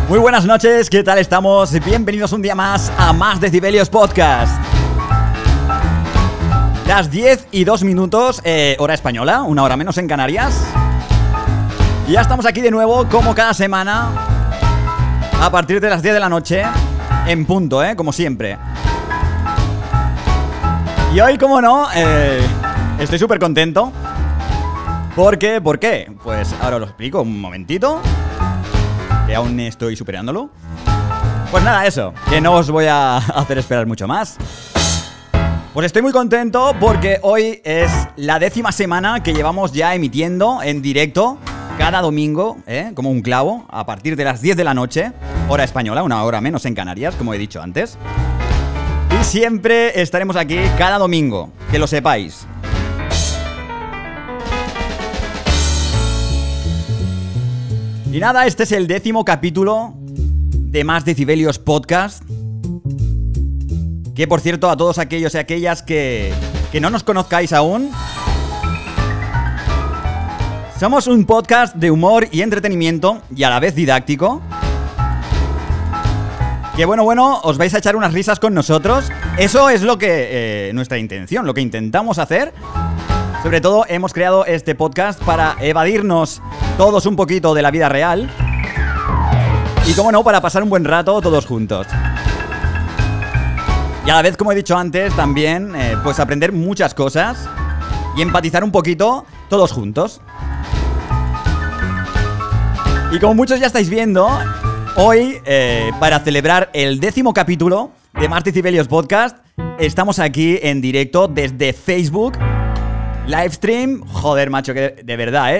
Muy buenas noches, ¿qué tal estamos? Bienvenidos un día más a Más Decibelios Podcast. Las 10:02, hora española, una hora menos en Canarias. Y ya estamos aquí de nuevo, como cada semana, a partir de las 10 de la noche, en punto, como siempre. Y hoy, como no, estoy súper contento. ¿Por qué? Pues ahora os lo explico un momentito, que aún estoy superándolo. Pues nada, eso, que no os voy a hacer esperar mucho más. Pues estoy muy contento porque hoy es la 10ª semana que llevamos ya emitiendo en directo cada domingo, como un clavo, a partir de las 10 de la noche, hora española, una hora menos en Canarias, como he dicho antes. Y siempre estaremos aquí cada domingo, que lo sepáis. Y nada, este es el 10º capítulo de Más Decibelios Podcast. Que por cierto, a todos aquellos y aquellas que no nos conozcáis aún, somos un podcast de humor y entretenimiento y a la vez didáctico. Que bueno, os vais a echar unas risas con nosotros. Eso es lo que nuestra intención, lo que intentamos hacer. Sobre todo hemos creado este podcast para evadirnos todos un poquito de la vida real. Y como no, para pasar un buen rato todos juntos. Y a la vez, como he dicho antes, también pues aprender muchas cosas y empatizar un poquito todos juntos. Y como muchos ya estáis viendo, hoy, para celebrar el 10º capítulo de Más Decibelios Podcast, estamos aquí en directo desde Facebook. Livestream, joder, macho, que de verdad,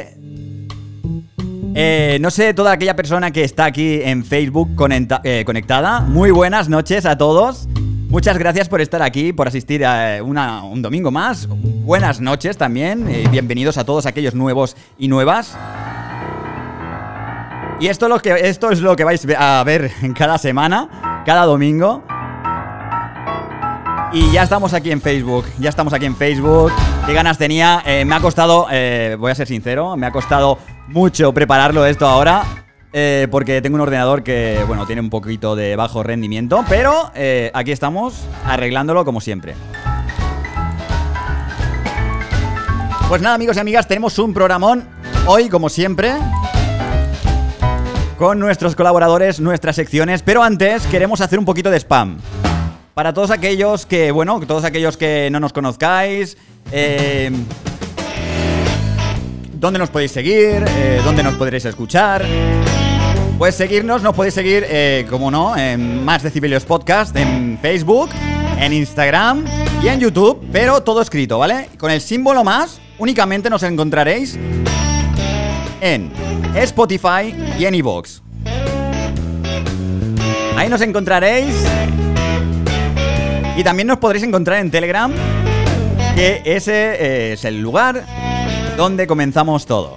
no sé, toda aquella persona que está aquí en Facebook conectada, muy buenas noches a todos. Muchas gracias por estar aquí, por asistir a un domingo más. Buenas noches también, bienvenidos a todos aquellos nuevos y nuevas. Y esto es lo que vais a ver en cada semana, cada domingo. Y ya estamos aquí en Facebook, Qué ganas tenía, me ha costado, voy a ser sincero, me ha costado mucho prepararlo esto ahora. Porque tengo un ordenador que, bueno, tiene un poquito de bajo rendimiento. Pero aquí estamos, arreglándolo como siempre. Pues nada, amigos y amigas, tenemos un programón hoy, como siempre, con nuestros colaboradores, nuestras secciones. Pero antes queremos hacer un poquito de spam para todos aquellos que, no nos conozcáis. ¿Dónde nos podéis seguir? ¿Dónde nos podréis escuchar? Pues seguirnos, nos podéis seguir, como no, en Más Decibelios Podcast, en Facebook, en Instagram y en YouTube, pero todo escrito, ¿vale? Con el símbolo más, únicamente nos encontraréis en Spotify y en iVoox. Ahí nos encontraréis. Y también nos podréis encontrar en Telegram, que ese es el lugar donde comenzamos todo.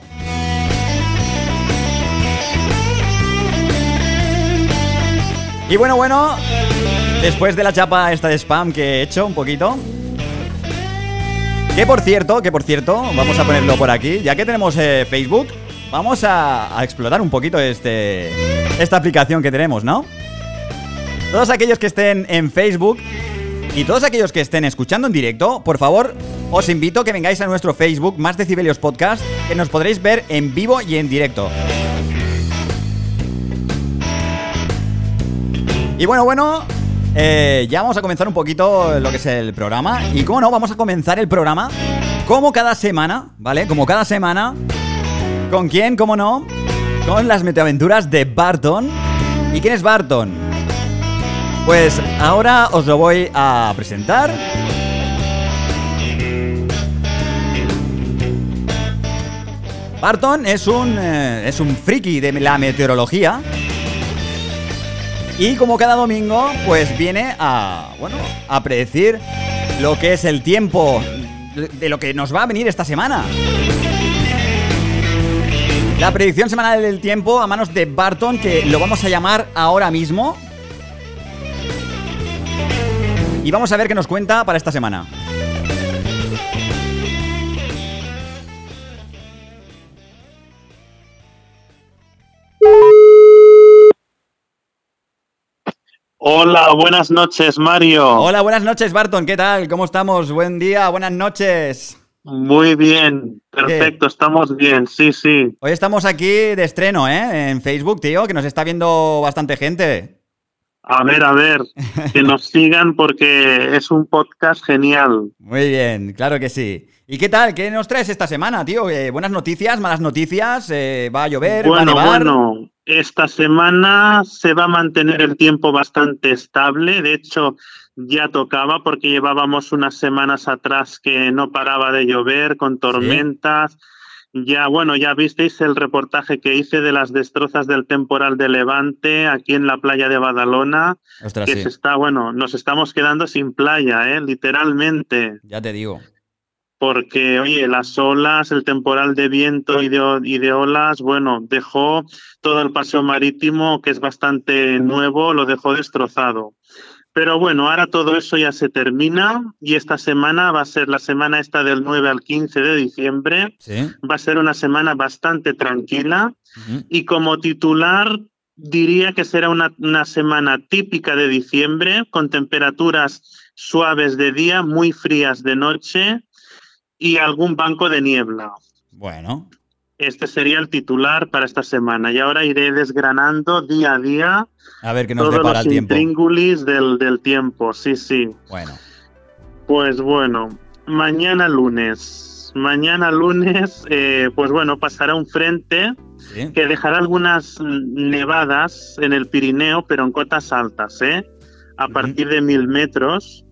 Y bueno, después de la chapa esta de spam que he hecho un poquito, que por cierto, vamos a ponerlo por aquí, ya que tenemos Facebook, vamos a explotar un poquito esta aplicación que tenemos, ¿no? Todos aquellos que estén en Facebook y todos aquellos que estén escuchando en directo, por favor, os invito a que vengáis a nuestro Facebook, Más Decibelios Podcast, que nos podréis ver en vivo y en directo. Y bueno, ya vamos a comenzar un poquito lo que es el programa. Y como no, vamos a comenzar el programa como cada semana, ¿vale? Como cada semana. ¿Con quién? ¿Cómo no? Con las meteoaventuras de Barton. ¿Y quién es Barton? Pues ahora os lo voy a presentar. Barton es un friki de la meteorología. Y como cada domingo, pues viene a predecir lo que es el tiempo de lo que nos va a venir esta semana. La predicción semanal del tiempo a manos de Barton, que lo vamos a llamar ahora mismo. Y vamos a ver qué nos cuenta para esta semana. Hola, buenas noches, Mario. Hola, buenas noches, Barton. ¿Qué tal? ¿Cómo estamos? Buen día, buenas noches. Muy bien, ¿Qué? perfecto, estamos bien, sí, sí. Hoy estamos aquí de estreno, ¿eh? En Facebook, tío, que nos está viendo bastante gente. A ver, que nos sigan porque es un podcast genial. Muy bien, claro que sí. ¿Y qué tal? ¿Qué nos traes esta semana, tío? ¿Buenas noticias, malas noticias? ¿Va a llover? ¿Va a nevar? Esta semana se va a mantener el tiempo bastante estable. De hecho, ya tocaba porque llevábamos unas semanas atrás que no paraba de llover con Sí. tormentas. Ya, bueno, ya visteis el reportaje que hice de las destrozas del temporal de Levante aquí en la playa de Badalona, Ostras, que sí. nos estamos quedando sin playa, literalmente. Ya te digo. Porque, oye, las olas, el temporal de viento y de olas, bueno, dejó todo el paseo marítimo, que es bastante nuevo, lo dejó destrozado. Pero bueno, ahora todo eso ya se termina y esta semana va a ser la semana esta del 9 al 15 de diciembre. Sí. Va a ser una semana bastante tranquila Ujú. y como titular diría que será una semana típica de diciembre con temperaturas suaves de día, muy frías de noche y algún banco de niebla. Bueno, Este sería el titular para esta semana y ahora iré desgranando día a día a ver qué nos todos depara los el tiempo. intríngulis del tiempo, sí, sí. Bueno, Pues bueno, mañana lunes, pues bueno, pasará un frente sí. que dejará algunas nevadas en el Pirineo, pero en cotas altas, a Ujú. partir de 1000 metros.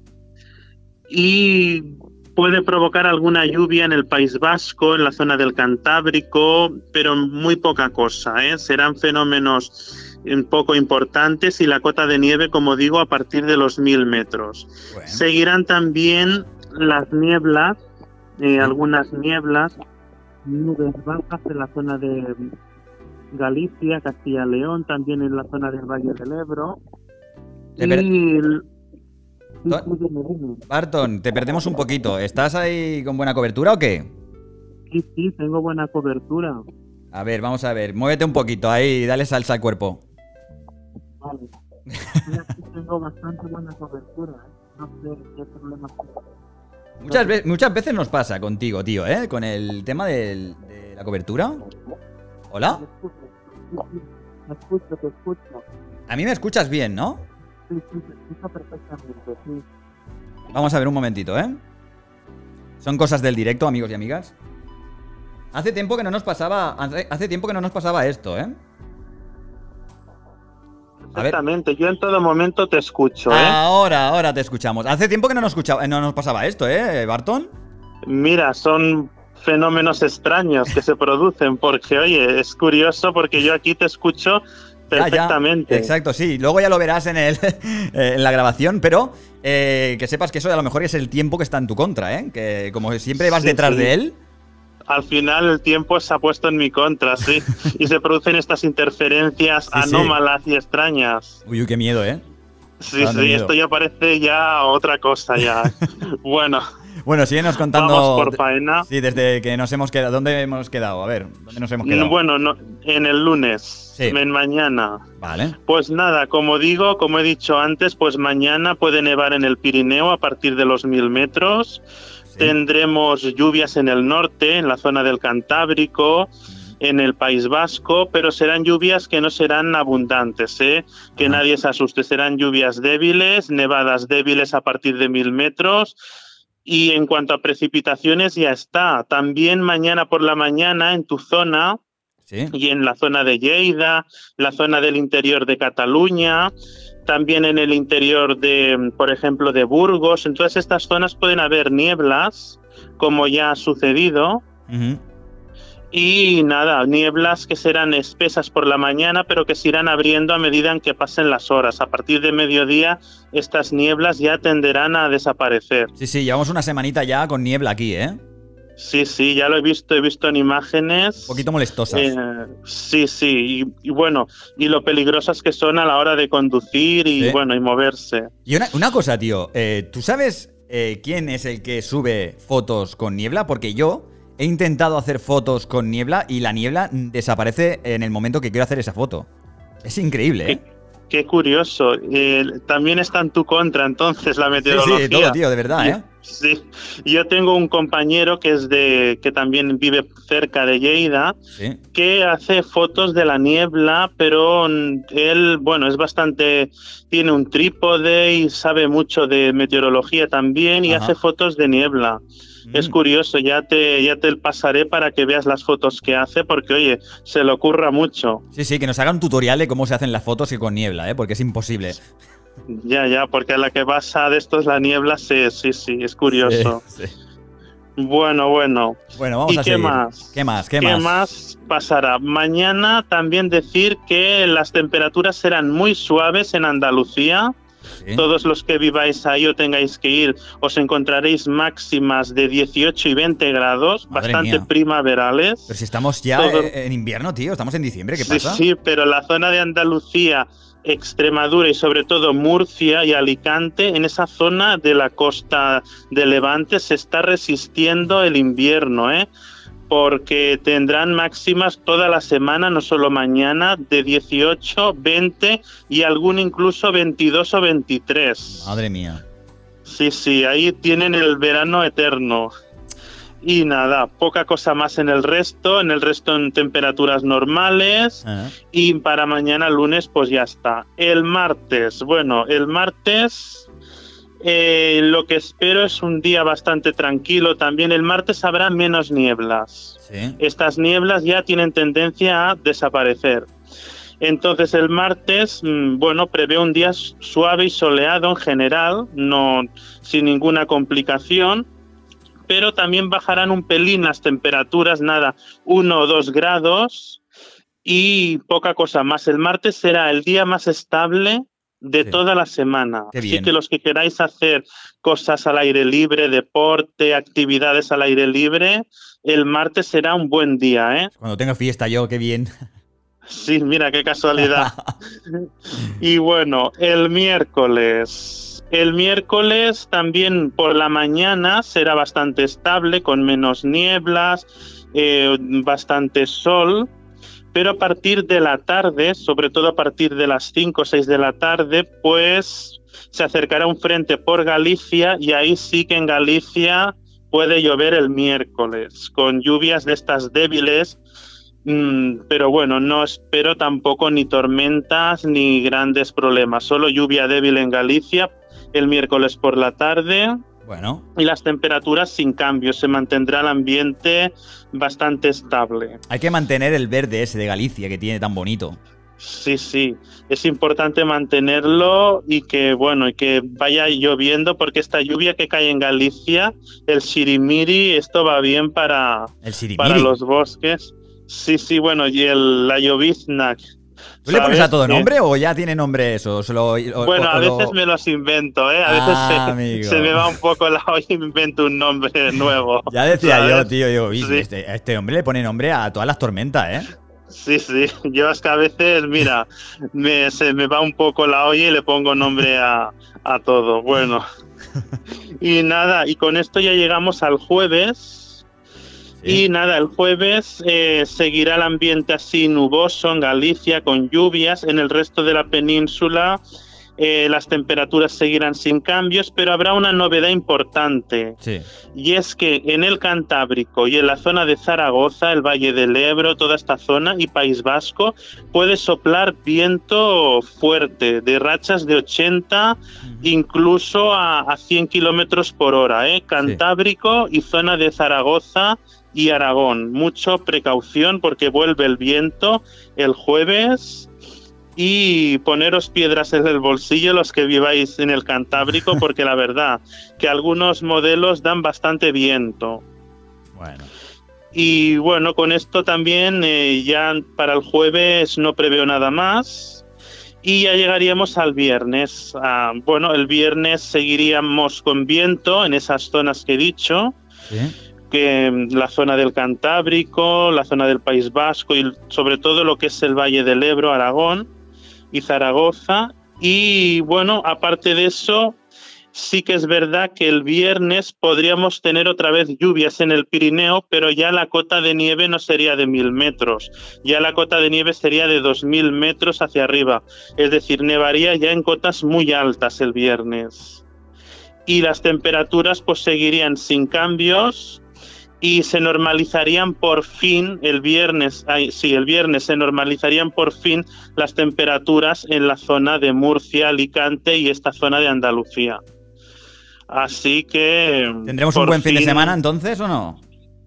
Y puede provocar alguna lluvia en el País Vasco, en la zona del Cantábrico, pero muy poca cosa, Serán fenómenos un poco importantes y la cota de nieve, como digo, a partir de los 1000 metros. Bueno, Seguirán también las nieblas, sí. algunas nieblas, nubes bajas en la zona de Galicia, Castilla-León, también en la zona del Valle del Ebro. Te per- Y sí, To- sí, dime. Barton, te perdemos un poquito. ¿Estás ahí con buena cobertura o qué? Sí, sí, tengo buena cobertura. A ver, vamos a ver. Muévete un poquito ahí, dale salsa al cuerpo. Vale. Sí, aquí tengo bastante buena cobertura, No sé qué problemas tengo. Muchas veces nos pasa contigo, tío, ¿eh? Con el tema de la cobertura. ¿Hola? Te escucho, sí, sí, te escucho, te escucho. A mí me escuchas bien, ¿no? Sí, sí, te escucho perfectamente, sí. Vamos a ver un momentito, ¿eh? Son cosas del directo, amigos y amigas. Hace tiempo que no nos pasaba. Hace tiempo que no nos pasaba esto, ¿eh? A ver. Perfectamente, yo en todo momento te escucho, Ahora te escuchamos. Hace tiempo que no nos pasaba esto, ¿eh, Barton? Mira, son fenómenos extraños que se producen porque, oye, es curioso porque yo aquí te escucho perfectamente. Exacto, sí. Luego ya lo verás en en la grabación, pero que sepas que eso a lo mejor es el tiempo que está en tu contra, ¿eh? Que como siempre vas Sí, detrás sí. de él. Al final el tiempo se ha puesto en mi contra, sí. Y se producen estas interferencias Sí, sí. anómalas y extrañas. Uy, qué miedo, ¿eh? Sí, Dando sí, miedo. esto ya parece ya otra cosa ya. Bueno, Bueno, síguenos contando. vamos por faena. Sí, desde que nos hemos quedado. ¿Dónde hemos quedado? A ver, ¿dónde nos hemos quedado? Bueno, no, en el lunes, Sí. en mañana. Vale. Pues nada, como digo, como he dicho antes, pues mañana puede nevar en el Pirineo a partir de los 1000 metros. Sí. Tendremos lluvias en el norte, en la zona del Cantábrico, en el País Vasco, pero serán lluvias que no serán abundantes, que Ajá. nadie se asuste, serán lluvias débiles, nevadas débiles a partir de 1000 metros. Y en cuanto a precipitaciones ya está. También mañana por la mañana en tu zona Sí. y en la zona de Lleida, la zona del interior de Cataluña, también en el interior de, por ejemplo, de Burgos. En todas estas zonas pueden haber nieblas, como ya ha sucedido. Ujú. Y nada, nieblas que serán espesas por la mañana, pero que se irán abriendo a medida en que pasen las horas. A partir de mediodía, estas nieblas ya tenderán a desaparecer. Sí, sí, llevamos una semanita ya con niebla aquí, ¿eh? Sí, sí, ya lo he visto en imágenes. Un poquito molestosas. Sí, sí, y bueno, y lo peligrosas que son a la hora de conducir y Sí. bueno, y moverse. Y una cosa, tío, ¿tú sabes quién es el que sube fotos con niebla? Porque yo he intentado hacer fotos con niebla y la niebla desaparece en el momento que quiero hacer esa foto. Es increíble, ¿eh? Qué curioso. También está en tu contra, entonces, la meteorología. Sí, todo, tío, de verdad, ¿eh? Sí. Yo tengo un compañero que también vive cerca de Lleida, Sí. que hace fotos de la niebla, pero él, bueno, tiene un trípode y sabe mucho de meteorología también y Ajá. hace fotos de niebla. Es curioso, ya te pasaré para que veas las fotos que hace, porque oye, se le ocurra mucho. Sí, que nos haga un tutorial de cómo se hacen las fotos y con niebla, porque es imposible. Ya, porque a la que pasa de esto es la niebla, sí, es curioso. Sí. Bueno. Bueno, vamos a ¿Y qué seguir. más? ¿Qué más? ¿Qué más pasará? Mañana también decir que las temperaturas serán muy suaves en Andalucía. Sí. Todos los que viváis ahí o tengáis que ir, os encontraréis máximas de 18 y 20 grados, Madre bastante mía. primaverales. Pero si estamos ya en invierno, tío, estamos en diciembre, ¿qué pasa? Sí, pero la zona de Andalucía, Extremadura y sobre todo Murcia y Alicante, en esa zona de la costa de Levante se está resistiendo el invierno, porque tendrán máximas toda la semana, no solo mañana, de 18, 20 y algún incluso 22 o 23. Madre mía. Sí, ahí tienen el verano eterno. Y nada, poca cosa más en el resto en temperaturas normales. Y para mañana lunes pues ya está. El martes, lo que espero es un día bastante tranquilo también. El martes habrá menos nieblas. Sí. Estas nieblas ya tienen tendencia a desaparecer. Entonces el martes, prevé un día suave y soleado en general, no sin ninguna complicación, pero también bajarán un pelín las temperaturas, 1 o 2 grados y poca cosa más. El martes será el día más estable de toda la semana. Así que los que queráis hacer cosas al aire libre, deporte, actividades al aire libre, el martes será un buen día, Cuando tenga fiesta yo, qué bien. Sí, mira, qué casualidad. Y bueno, el miércoles. El miércoles también por la mañana será bastante estable, con menos nieblas, bastante sol. Pero a partir de la tarde, sobre todo a partir de las 5 o 6 de la tarde, pues se acercará un frente por Galicia y ahí sí que en Galicia puede llover el miércoles, con lluvias de estas débiles, pero bueno, no espero tampoco ni tormentas ni grandes problemas, solo lluvia débil en Galicia el miércoles por la tarde. Bueno. Y las temperaturas sin cambios, se mantendrá el ambiente bastante estable. Hay que mantener el verde ese de Galicia que tiene tan bonito. Sí, es importante mantenerlo y que vaya lloviendo, porque esta lluvia que cae en Galicia, el sirimiri, esto va bien para los bosques. Sí, y la llovizna. ¿Tú le pones a todo nombre o ya tiene nombre eso? A veces me los invento, a veces se me va un poco la olla y me invento un nombre nuevo. Ya decía yo, tío, este hombre le pone nombre a todas las tormentas, Sí, yo es que a veces, mira, se me va un poco la olla y le pongo nombre a todo. Bueno, y nada, y con esto ya llegamos al jueves. Sí. Y nada, el jueves seguirá el ambiente así nuboso en Galicia, con lluvias. En el resto de la península las temperaturas seguirán sin cambios, pero habrá una novedad importante. Sí. Y es que en el Cantábrico y en la zona de Zaragoza, el Valle del Ebro, toda esta zona y País Vasco, puede soplar viento fuerte, de rachas de 80, incluso a 100 kilómetros por hora. Cantábrico y zona de Zaragoza y Aragón. Mucha precaución porque vuelve el viento el jueves. Y poneros piedras en el bolsillo los que viváis en el Cantábrico, porque la verdad que algunos modelos dan bastante viento. Bueno. Y bueno, con esto también ya para el jueves no preveo nada más. Y ya llegaríamos al viernes. El viernes seguiríamos con viento en esas zonas que he dicho. ¿Sí? Que la zona del Cantábrico, la zona del País Vasco y sobre todo lo que es el Valle del Ebro, Aragón y Zaragoza. Y bueno, aparte de eso, Sí que es verdad que el viernes podríamos tener otra vez lluvias en el Pirineo, pero ya la cota de nieve no sería de 1000 metros, ya la cota de nieve sería de 2000 metros hacia arriba, es decir, nevaría ya en cotas muy altas el viernes. Y las temperaturas pues seguirían sin cambios y se normalizarían por fin el viernes se normalizarían por fin las temperaturas en la zona de Murcia, Alicante y esta zona de Andalucía. Así que... ¿Tendremos un buen fin de semana entonces o no?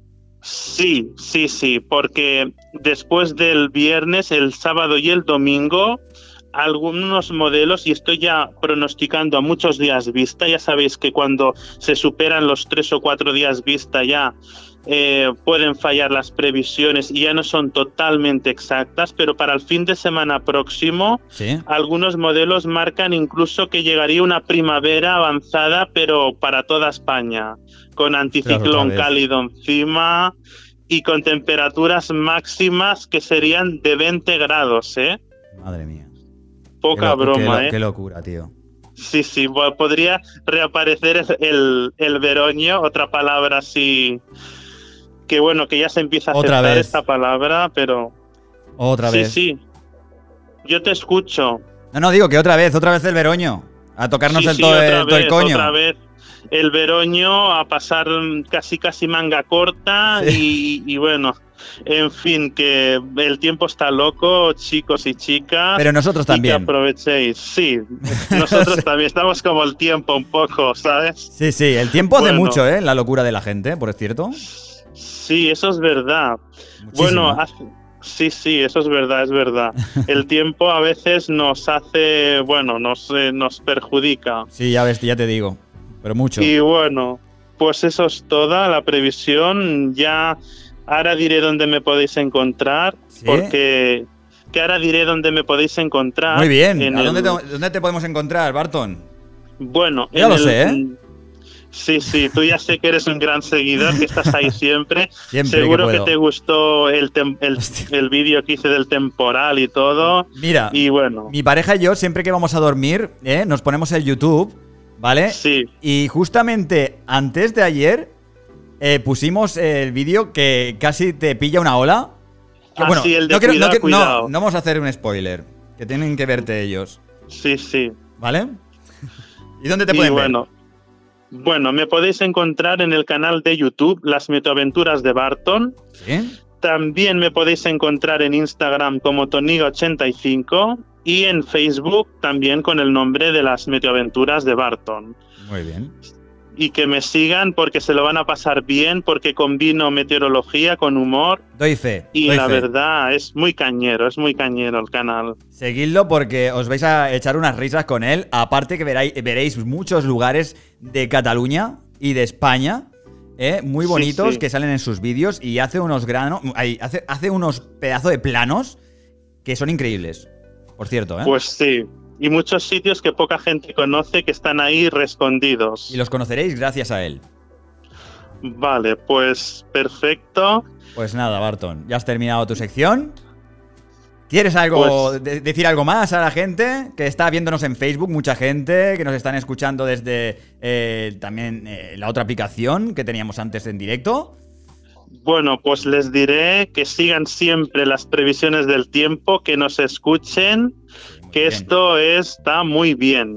Sí, porque después del viernes, el sábado y el domingo, algunos modelos, y estoy ya pronosticando a muchos días vista, ya sabéis que cuando se superan los 3 o 4 días vista ya pueden fallar las previsiones y ya no son totalmente exactas, pero para el fin de semana próximo, ¿sí?, algunos modelos marcan incluso que llegaría una primavera avanzada, pero para toda España, con anticiclón cálido encima y con temperaturas máximas que serían de 20 grados, ¿eh? Madre mía. Poca broma, ¿eh? Qué locura, tío. Sí, podría reaparecer el veroño, otra palabra así... Que bueno, que ya se empieza a aceptar esta palabra, pero... Otra vez. Sí. Yo te escucho. No, digo que otra vez el veroño. A tocarnos todo el coño. Otra vez el veroño, a pasar casi manga corta, sí. y bueno... En fin, que el tiempo está loco, chicos y chicas. Pero nosotros también. Y que aprovechéis. Sí, nosotros también estamos como el tiempo un poco, ¿sabes? Sí, el tiempo hace mucho, ¿eh? La locura de la gente, por cierto. Sí, eso es verdad. Muchísimo. Bueno, sí, eso es verdad. El tiempo a veces nos hace, bueno, nos perjudica. Sí, ya te digo, pero mucho. Y bueno, pues eso es toda la previsión. Ya... Ahora diré dónde me podéis encontrar, ¿sí? Porque ahora diré dónde me podéis encontrar. Muy bien. ¿Dónde te podemos encontrar, Barton? Bueno, ya lo sé, ¿eh? Sí, tú ya sé que eres un gran seguidor, que estás ahí siempre. Seguro que te gustó el vídeo que hice del temporal y todo. Mira, y bueno, mi pareja y yo siempre que vamos a dormir, nos ponemos el YouTube, ¿vale? Sí. Y justamente antes de ayer... pusimos el vídeo que casi te pilla una ola. Que, bueno, sí, el de cuidado. No vamos a hacer un spoiler, que tienen que verte ellos. Sí. ¿Vale? ¿Y dónde te pueden ver? Bueno, me podéis encontrar en el canal de YouTube Las Meteoaventuras de Barton. ¿Sí? También me podéis encontrar en Instagram como Toniga85 y en Facebook también con el nombre de Las Meteoaventuras de Barton. Muy bien. Y que me sigan porque se lo van a pasar bien, porque combino meteorología con humor. Doy fe. Y la verdad, es muy cañero el canal. Seguidlo porque os vais a echar unas risas con él. Aparte que veréis muchos lugares de Cataluña y de España, muy bonitos, que salen en sus vídeos y hace unos hace unos pedazos de planos que son increíbles, por cierto, ¿eh? Pues sí. Y muchos sitios que poca gente conoce que están ahí escondidos. Y los conoceréis gracias a él. Vale, pues perfecto. Pues nada, Barton, ya has terminado tu sección. ¿Quieres decir algo más a la gente que está viéndonos en Facebook? Mucha gente que nos están escuchando desde también la otra aplicación que teníamos antes en directo. Bueno, pues les diré que sigan siempre las previsiones del tiempo, que nos escuchen, que esto está muy bien.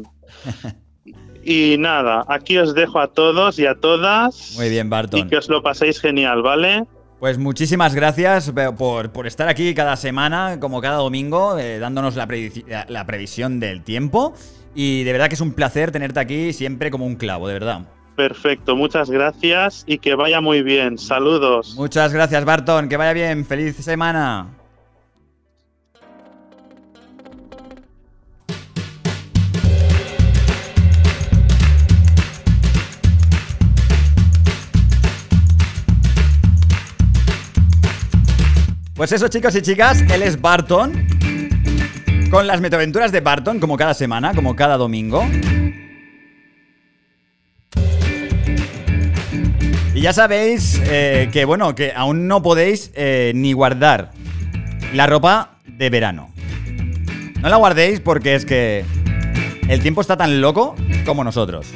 Y nada, aquí os dejo a todos y a todas. Muy bien, Barton. Y que os lo paséis genial, ¿vale? Pues muchísimas gracias por estar aquí cada semana, como cada domingo, dándonos la previsión del tiempo. Y de verdad que es un placer tenerte aquí siempre como un clavo, de verdad. Perfecto, muchas gracias y que vaya muy bien. Saludos. Muchas gracias, Barton, que vaya bien. Feliz semana. Pues eso, chicos y chicas, él es Barton, con las meteoaventuras de Barton, como cada semana, como cada domingo. Y ya sabéis que, bueno, que aún no podéis ni guardar la ropa de verano. No la guardéis porque es que el tiempo está tan loco como nosotros.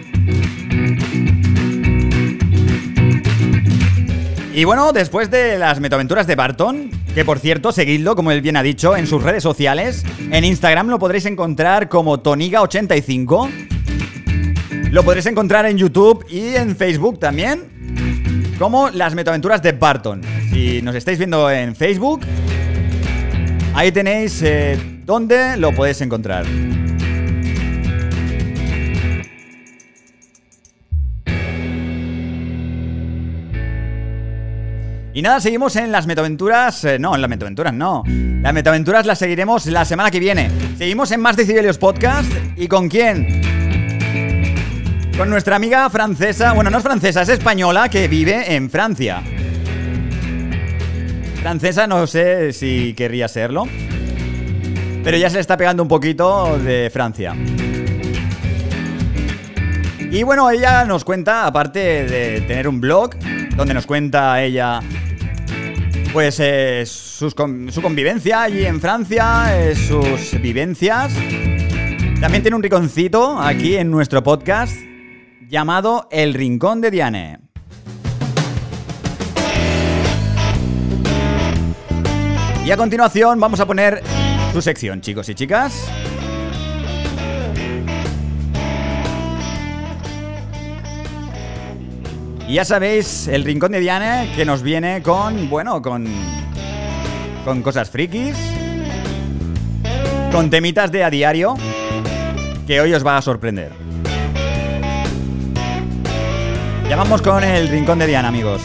Y bueno, después de las metaventuras de Barton, que por cierto, seguidlo, como él bien ha dicho, en sus redes sociales. En Instagram lo podréis encontrar como Toniga85. Lo podréis encontrar en YouTube y en Facebook también, como las metaventuras de Barton. Si nos estáis viendo en Facebook, ahí tenéis dónde lo podéis encontrar. Y nada, seguimos en las metaventuras. No, en las metaventuras no. Las metaventuras las seguiremos la semana que viene. Seguimos en Más Decibelios Podcast. ¿Y con quién? Con nuestra amiga francesa. Bueno, no es francesa, es española, que vive en Francia. Francesa no sé si querría serlo, pero ya se le está pegando un poquito de Francia. Y bueno, ella nos cuenta, aparte de tener un blog donde nos cuenta ella pues su convivencia allí en Francia, sus vivencias. También tiene un rinconcito aquí en nuestro podcast llamado El Rincón de Diane. Y a continuación vamos a poner su sección, chicos y chicas. Y ya sabéis, el Rincón de Diane, que nos viene con, bueno, con cosas frikis, con temitas de a diario, que hoy os va a sorprender. Ya vamos con el Rincón de Diane, amigos.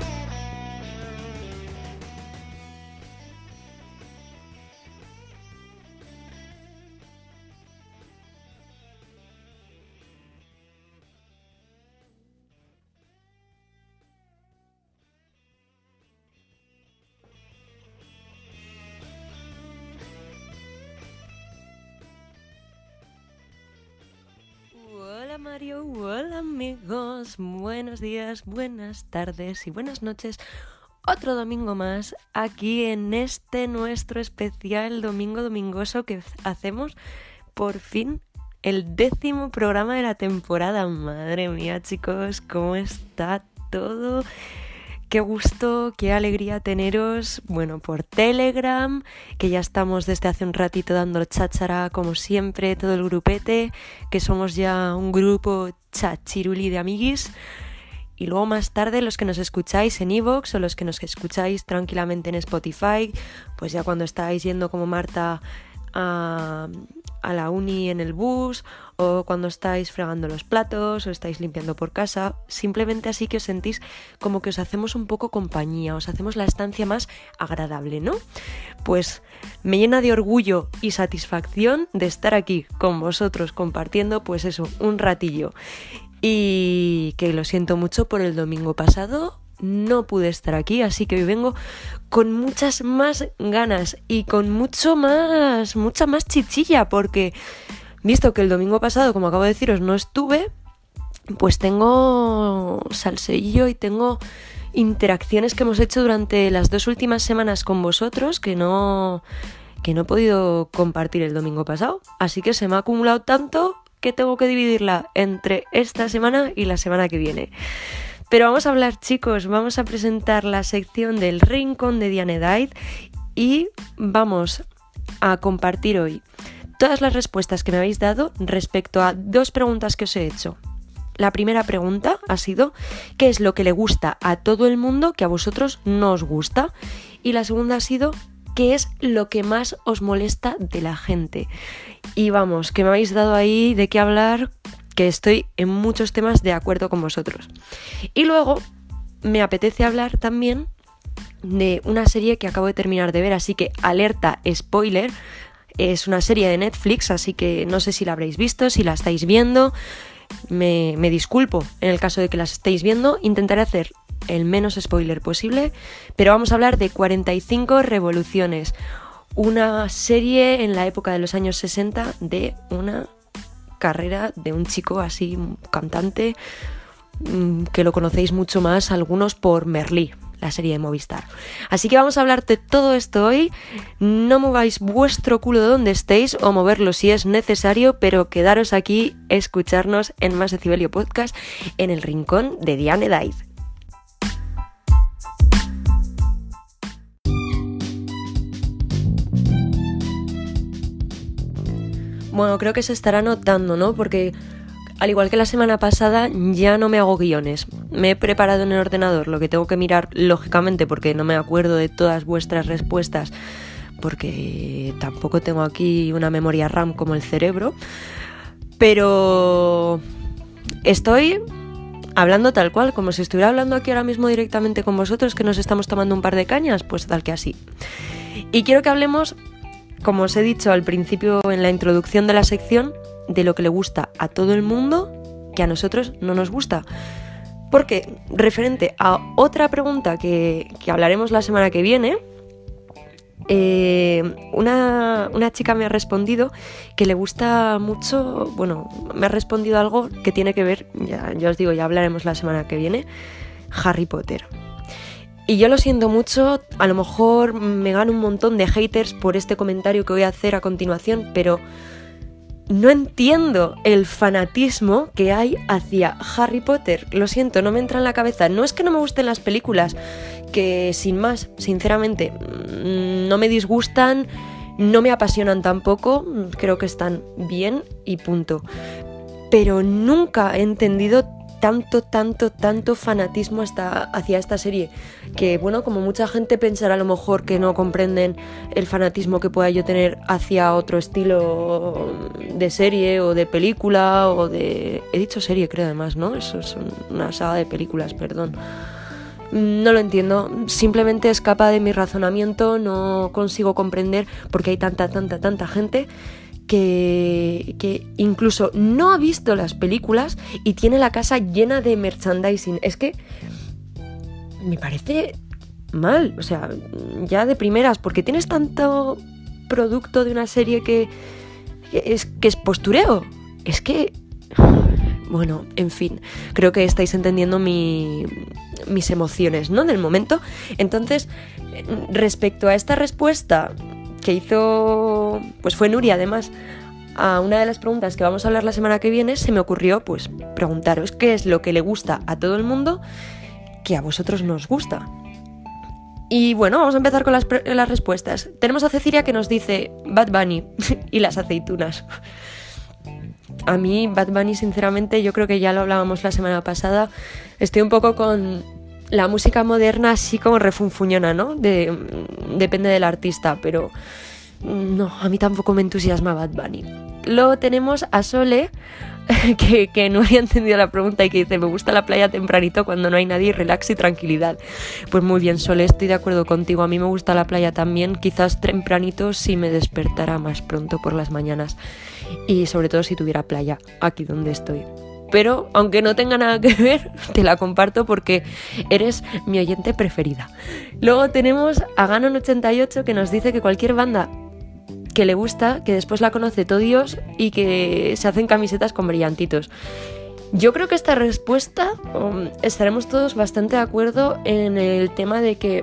Hola Mario, hola amigos, buenos días, buenas tardes y buenas noches. Otro domingo más aquí en este nuestro especial domingo domingoso que hacemos por fin el 10º programa de la temporada. Madre mía, chicos, ¿cómo está todo? Qué gusto, qué alegría teneros, bueno, por Telegram, que ya estamos desde hace un ratito dando cháchara, como siempre, todo el grupete, que somos ya un grupo chachiruli de amiguis. Y luego más tarde los que nos escucháis en iVoox o los que nos escucháis tranquilamente en Spotify, pues ya cuando estáis yendo como Marta a la uni en el bus, o cuando estáis fregando los platos o estáis limpiando por casa, simplemente así que os sentís como que os hacemos un poco compañía, os hacemos la estancia más agradable, ¿no? Pues me llena de orgullo y satisfacción de estar aquí con vosotros compartiendo, pues eso, un ratillo. Y que lo siento mucho por el domingo pasado, no pude estar aquí, así que hoy vengo con muchas más ganas y con mucha más chichilla, porque visto que el domingo pasado, como acabo de deciros, no estuve, pues tengo salseillo y tengo interacciones que hemos hecho durante las 2 últimas semanas con vosotros que no he podido compartir el domingo pasado, así que se me ha acumulado tanto que tengo que dividirla entre esta semana y la semana que viene. Pero vamos a hablar, chicos, vamos a presentar la sección del Rincón de Diane Died y vamos a compartir hoy todas las respuestas que me habéis dado respecto a 2 preguntas que os he hecho. La primera pregunta ha sido ¿qué es lo que le gusta a todo el mundo que a vosotros no os gusta? Y la segunda ha sido ¿qué es lo que más os molesta de la gente? Y vamos, que me habéis dado ahí de qué hablar, que estoy en muchos temas de acuerdo con vosotros. Y luego me apetece hablar también de una serie que acabo de terminar de ver, así que alerta spoiler. Es una serie de Netflix, así que no sé si la habréis visto, si la estáis viendo. Me disculpo en el caso de que la estéis viendo. Intentaré hacer el menos spoiler posible, pero vamos a hablar de 45 revoluciones. Una serie en la época de los años 60 de una carrera de un chico así, cantante, que lo conocéis mucho más algunos por Merlí. la serie de Movistar. Así que vamos a hablar de todo esto hoy. No mováis vuestro culo de donde estéis, o moverlo si es necesario, pero quedaros aquí, escucharnos en Más Decibelio Podcast, en el rincón de Diane Daiz. Bueno, creo que se estará notando, ¿no? Porque al igual que la semana pasada, ya no me hago guiones. Me he preparado en el ordenador lo que tengo que mirar, lógicamente, porque no me acuerdo de todas vuestras respuestas, porque tampoco tengo aquí una memoria RAM como el cerebro. Pero estoy hablando tal cual, como si estuviera hablando aquí ahora mismo directamente con vosotros, que nos estamos tomando un par de cañas, pues tal que así. Y quiero que hablemos, como os he dicho al principio en la introducción de la sección, de lo que le gusta a todo el mundo que a nosotros no nos gusta. Porque, referente a otra pregunta que hablaremos la semana que viene, una chica me ha respondido que le gusta mucho, bueno, me ha respondido algo que tiene que ver, ya os digo, ya hablaremos la semana que viene, Harry Potter. Y yo lo siento mucho, a lo mejor me gano un montón de haters por este comentario que voy a hacer a continuación, pero no entiendo el fanatismo que hay hacia Harry Potter. Lo siento, no me entra en la cabeza. No es que no me gusten las películas, que sin más, sinceramente, no me disgustan, no me apasionan tampoco, creo que están bien y punto. Pero nunca he entendido tanto fanatismo hacia esta serie, que bueno, como mucha gente pensará a lo mejor que no comprenden el fanatismo que pueda yo tener hacia otro estilo de serie o de película o de... He dicho serie, creo, además, ¿no? Eso es una saga de películas, perdón. No lo entiendo, simplemente escapa de mi razonamiento, no consigo comprender por qué hay tanta gente que incluso no ha visto las películas y tiene la casa llena de merchandising. Es que me parece mal, o sea, ya de primeras, porque tienes tanto producto de una serie que es postureo. Es que, bueno, en fin, creo que estáis entendiendo mis emociones, ¿no?, del momento. Entonces, respecto a esta respuesta que hizo, pues fue Nuria además, a una de las preguntas que vamos a hablar la semana que viene, se me ocurrió pues preguntaros qué es lo que le gusta a todo el mundo que a vosotros no os gusta. Y bueno, vamos a empezar con las respuestas. Tenemos a Cecilia que nos dice Bad Bunny y las aceitunas. A mí Bad Bunny, sinceramente, yo creo que ya lo hablábamos la semana pasada, estoy un poco con la música moderna así como refunfuñona, ¿no? Depende del artista, pero no, a mí tampoco me entusiasma Bad Bunny. Luego tenemos a Sole, que no había entendido la pregunta y que dice: me gusta la playa tempranito cuando no hay nadie, relax y tranquilidad. Pues muy bien, Sole, estoy de acuerdo contigo. A mí me gusta la playa también, quizás tempranito si me despertara más pronto por las mañanas. Y sobre todo si tuviera playa, aquí donde estoy. Pero, aunque no tenga nada que ver, te la comparto porque eres mi oyente preferida. Luego tenemos a Ganon88 que nos dice que cualquier banda que le gusta, que después la conoce todo Dios y que se hacen camisetas con brillantitos. Yo creo que esta respuesta estaremos todos bastante de acuerdo en el tema de que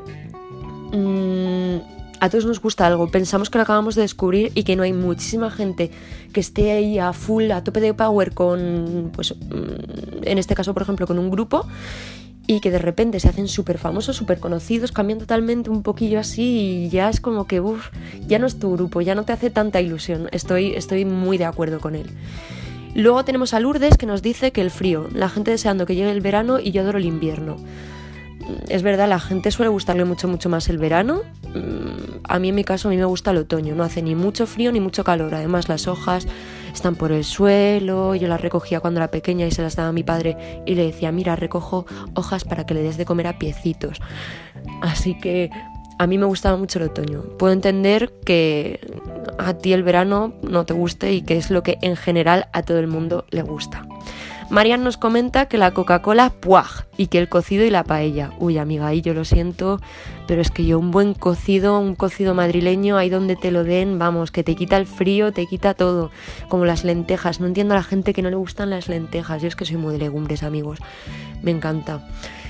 a todos nos gusta algo, pensamos que lo acabamos de descubrir y que no hay muchísima gente que esté ahí a full, a tope de power con, pues en este caso por ejemplo con un grupo, y que de repente se hacen súper famosos, súper conocidos, cambian totalmente un poquillo así y ya es como que ya no es tu grupo, ya no te hace tanta ilusión. Estoy muy de acuerdo con él. Luego tenemos a Lourdes que nos dice que el frío, la gente deseando que llegue el verano y yo adoro el invierno. Es verdad, la gente suele gustarle mucho más el verano. A mí en mi caso, a mí me gusta el otoño, no hace ni mucho frío ni mucho calor. Además las hojas están por el suelo, yo las recogía cuando era pequeña y se las daba a mi padre y le decía: mira, recojo hojas para que le des de comer a piecitos. Así que a mí me gustaba mucho el otoño. Puedo entender que a ti el verano no te guste y que es lo que en general a todo el mundo le gusta. Marian nos comenta que la Coca-Cola, ¡puaj! Y que el cocido y la paella. Uy, amiga, ahí yo lo siento, pero es que yo un buen cocido, un cocido madrileño, ahí donde te lo den, vamos, que te quita el frío, te quita todo. Como las lentejas. No entiendo a la gente que no le gustan las lentejas. Yo es que soy muy de legumbres, amigos. Me encanta.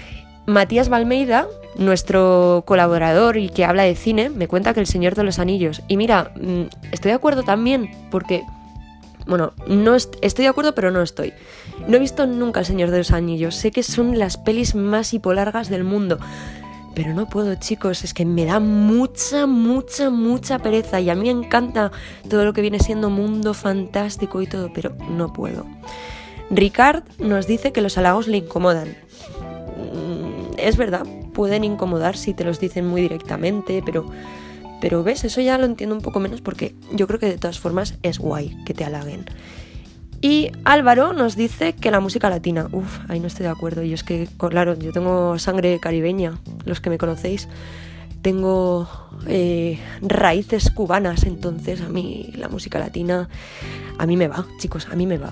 Matías Balmeida, nuestro colaborador y que habla de cine, me cuenta que El Señor de los Anillos. Y mira, estoy de acuerdo también, porque... Bueno, no estoy de acuerdo, pero no estoy. No he visto nunca El Señor de los Anillos. Sé que son las pelis más hipolargas del mundo. Pero no puedo, chicos. Es que me da mucha pereza. Y a mí me encanta todo lo que viene siendo mundo fantástico y todo, pero no puedo. Ricard nos dice que los halagos le incomodan. Es verdad, pueden incomodar si te los dicen muy directamente, pero ves, eso ya lo entiendo un poco menos porque yo creo que de todas formas es guay que te halaguen. Y Álvaro nos dice que la música latina, ahí no estoy de acuerdo. Yo es que, claro, yo tengo sangre caribeña, los que me conocéis, tengo raíces cubanas, entonces a mí la música latina, a mí me va, chicos, a mí me va.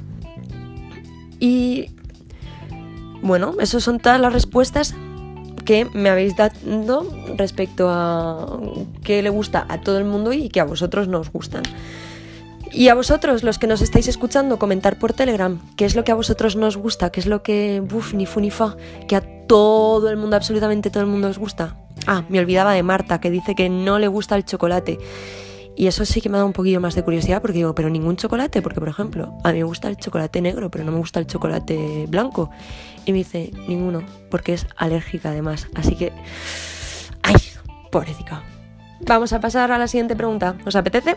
Y bueno, esas son todas las respuestas que me habéis dado respecto a qué le gusta a todo el mundo y que a vosotros no os gustan. Y a vosotros, los que nos estáis escuchando, comentar por Telegram qué es lo que a vosotros no os gusta, qué es lo que, ni fu ni fa, que a todo el mundo, absolutamente todo el mundo os gusta. Me olvidaba de Marta, que dice que no le gusta el chocolate. Y eso sí que me da un poquillo más de curiosidad, porque digo, pero ningún chocolate, porque por ejemplo, a mí me gusta el chocolate negro, pero no me gusta el chocolate blanco. Y me dice, ninguno, porque es alérgica además. Así que, ¡ay! Pobrecita. Vamos a pasar a la siguiente pregunta. ¿Os apetece?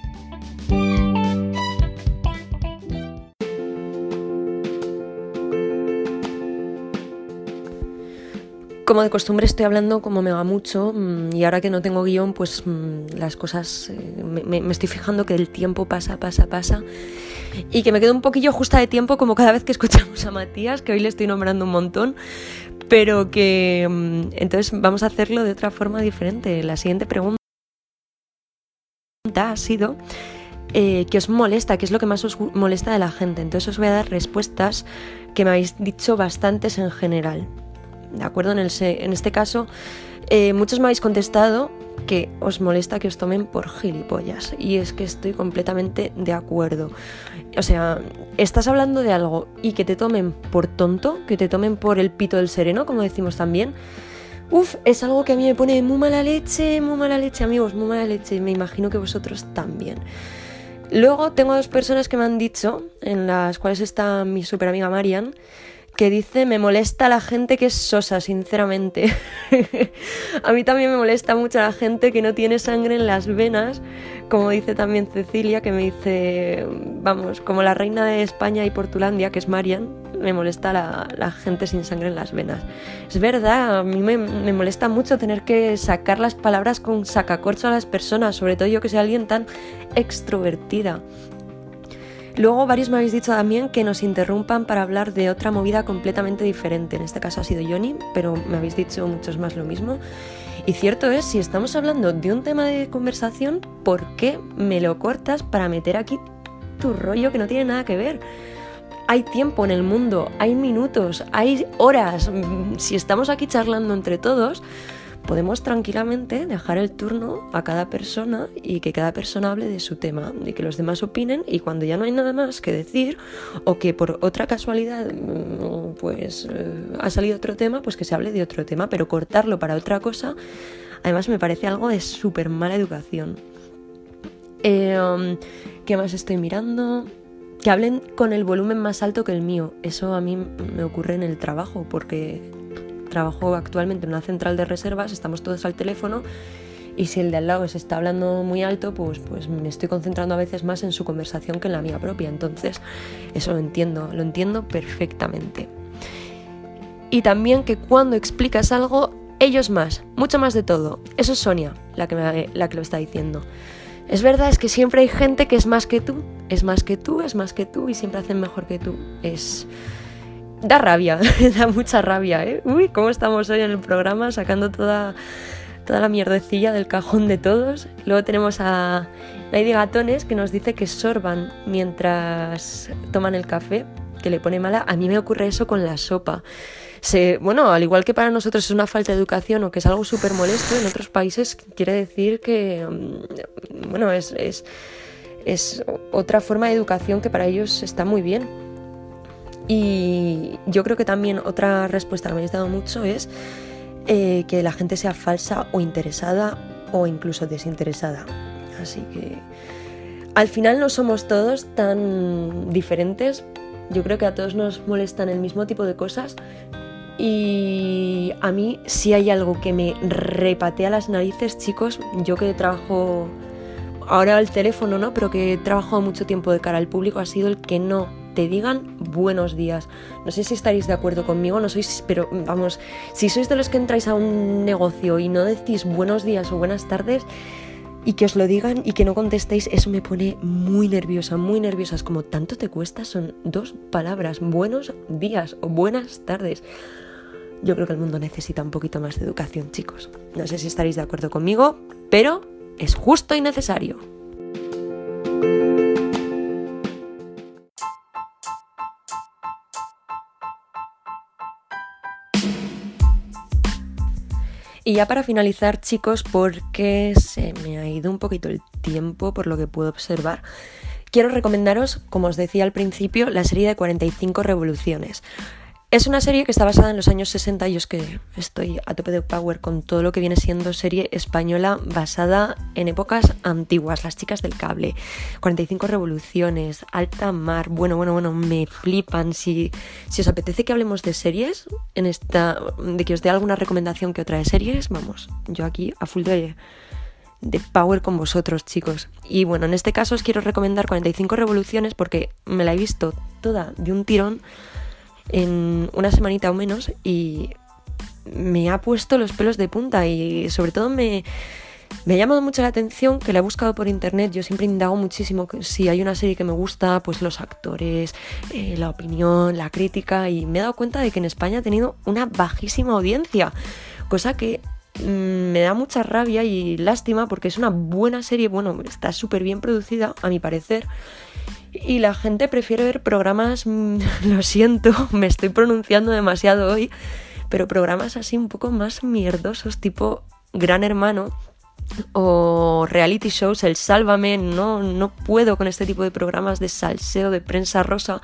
Como de costumbre estoy hablando como me va mucho y ahora que no tengo guión, pues las cosas me estoy fijando que el tiempo pasa y que me quedo un poquillo justa de tiempo como cada vez que escuchamos a Matías, que hoy le estoy nombrando un montón, pero que entonces vamos a hacerlo de otra forma diferente. La siguiente pregunta ha sido ¿qué os molesta? ¿Qué es lo que más os molesta de la gente? Entonces os voy a dar respuestas que me habéis dicho bastantes en general. ¿De acuerdo? En este caso, muchos me habéis contestado que os molesta que os tomen por gilipollas. Y es que estoy completamente de acuerdo. O sea, estás hablando de algo y que te tomen por tonto, que te tomen por el pito del sereno, como decimos también. Es algo que a mí me pone muy mala leche, amigos, muy mala leche. Y me imagino que vosotros también. Luego tengo dos personas que me han dicho, en las cuales está mi super amiga Marian, que dice, me molesta la gente que es sosa, sinceramente. A mí también me molesta mucho la gente que no tiene sangre en las venas, como dice también Cecilia, que me dice, vamos, como la reina de España y Portulandia, que es Marian, me molesta la gente sin sangre en las venas. Es verdad, a mí me molesta mucho tener que sacar las palabras con sacacorcho a las personas, sobre todo yo que soy alguien tan extrovertida. Luego varios me habéis dicho también que nos interrumpan para hablar de otra movida completamente diferente. En este caso ha sido Johnny, pero me habéis dicho muchos más lo mismo. Y cierto es, si estamos hablando de un tema de conversación, ¿por qué me lo cortas para meter aquí tu rollo que no tiene nada que ver? Hay tiempo en el mundo, hay minutos, hay horas. Si estamos aquí charlando entre todos, podemos tranquilamente dejar el turno a cada persona y que cada persona hable de su tema y que los demás opinen, y cuando ya no hay nada más que decir o que por otra casualidad pues ha salido otro tema, pues que se hable de otro tema, pero cortarlo para otra cosa además me parece algo de súper mala educación. ¿Qué más estoy mirando? Que hablen con el volumen más alto que el mío. Eso a mí me ocurre en el trabajo, porque trabajo actualmente en una central de reservas, estamos todos al teléfono y si el de al lado se está hablando muy alto, pues me estoy concentrando a veces más en su conversación que en la mía propia. Entonces eso lo entiendo perfectamente. Y también que cuando explicas algo, ellos más, mucho más de todo. Eso es Sonia la que lo está diciendo. Es verdad, es que siempre hay gente que es más que tú y siempre hacen mejor que tú. Da rabia, da mucha rabia, ¿eh? Uy, cómo estamos hoy en el programa, sacando toda la mierdecilla del cajón de todos. Luego tenemos a Naidi Gatones, que nos dice que sorban mientras toman el café, que le pone mala. A mí me ocurre eso con la sopa. Bueno, al igual que para nosotros es una falta de educación o que es algo súper molesto, en otros países quiere decir que, bueno, es otra forma de educación que para ellos está muy bien. Y yo creo que también otra respuesta que me habéis dado mucho es que la gente sea falsa o interesada o incluso desinteresada. Así que al final no somos todos tan diferentes. Yo creo que a todos nos molestan el mismo tipo de cosas. Y a mí, si hay algo que me repatea las narices, chicos, yo que trabajo ahora al teléfono, ¿no? Pero que he trabajado mucho tiempo de cara al público, ha sido el que no te digan buenos días. No sé si estaréis de acuerdo conmigo, no sois, pero vamos, si sois de los que entráis a un negocio y no decís buenos días o buenas tardes y que os lo digan y que no contestéis, eso me pone muy nerviosa, muy nerviosa. Es como, ¿tanto te cuesta? Son 2 palabras, buenos días o buenas tardes. Yo creo que el mundo necesita un poquito más de educación, chicos. No sé si estaréis de acuerdo conmigo, pero es justo y necesario. Y ya para finalizar, chicos, porque se me ha ido un poquito el tiempo por lo que puedo observar, quiero recomendaros, como os decía al principio, la serie de 45 revoluciones. Es una serie que está basada en los años 60 y yo es que estoy a tope de power con todo lo que viene siendo serie española basada en épocas antiguas, Las chicas del cable, 45 revoluciones, Alta mar, bueno, me flipan. Si os apetece que hablemos de series, de que os dé alguna recomendación que otra de series, vamos, yo aquí a full de power con vosotros, chicos. Y bueno, en este caso os quiero recomendar 45 revoluciones porque me la he visto toda de un tirón en una semanita o menos y me ha puesto los pelos de punta y sobre todo me ha llamado mucho la atención, que la he buscado por internet. Yo siempre indago muchísimo si hay una serie que me gusta, pues los actores, la opinión, la crítica, y me he dado cuenta de que en España ha tenido una bajísima audiencia, cosa que me da mucha rabia y lástima porque es una buena serie, bueno, está súper bien producida a mi parecer. Y la gente prefiere ver programas, lo siento, me estoy pronunciando demasiado hoy, pero programas así un poco más mierdosos, tipo Gran Hermano o reality shows, el Sálvame. No puedo con este tipo de programas de salseo, de prensa rosa,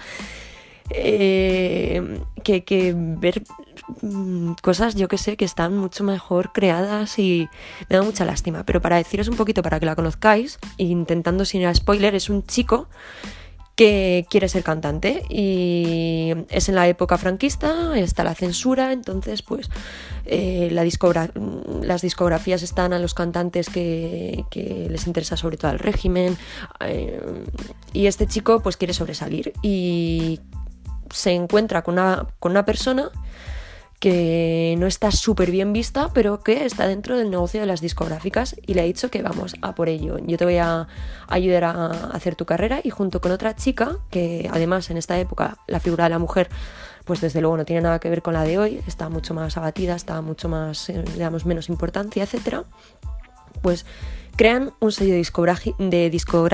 que ver cosas, yo que sé, que están mucho mejor creadas, y me da mucha lástima. Pero para deciros un poquito, para que la conozcáis, intentando sin ir a spoiler, es un chico que quiere ser cantante y es en la época franquista, está la censura, entonces pues las discografías están a los cantantes que les interesa sobre todo el régimen, y este chico pues quiere sobresalir y se encuentra con una persona que no está súper bien vista, pero que está dentro del negocio de las discográficas, y le ha dicho que vamos a por ello. Yo te voy a ayudar a hacer tu carrera, y junto con otra chica, que además en esta época la figura de la mujer pues desde luego no tiene nada que ver con la de hoy, está mucho más abatida, está mucho más, le damos menos importancia, etcétera, pues crean un sello de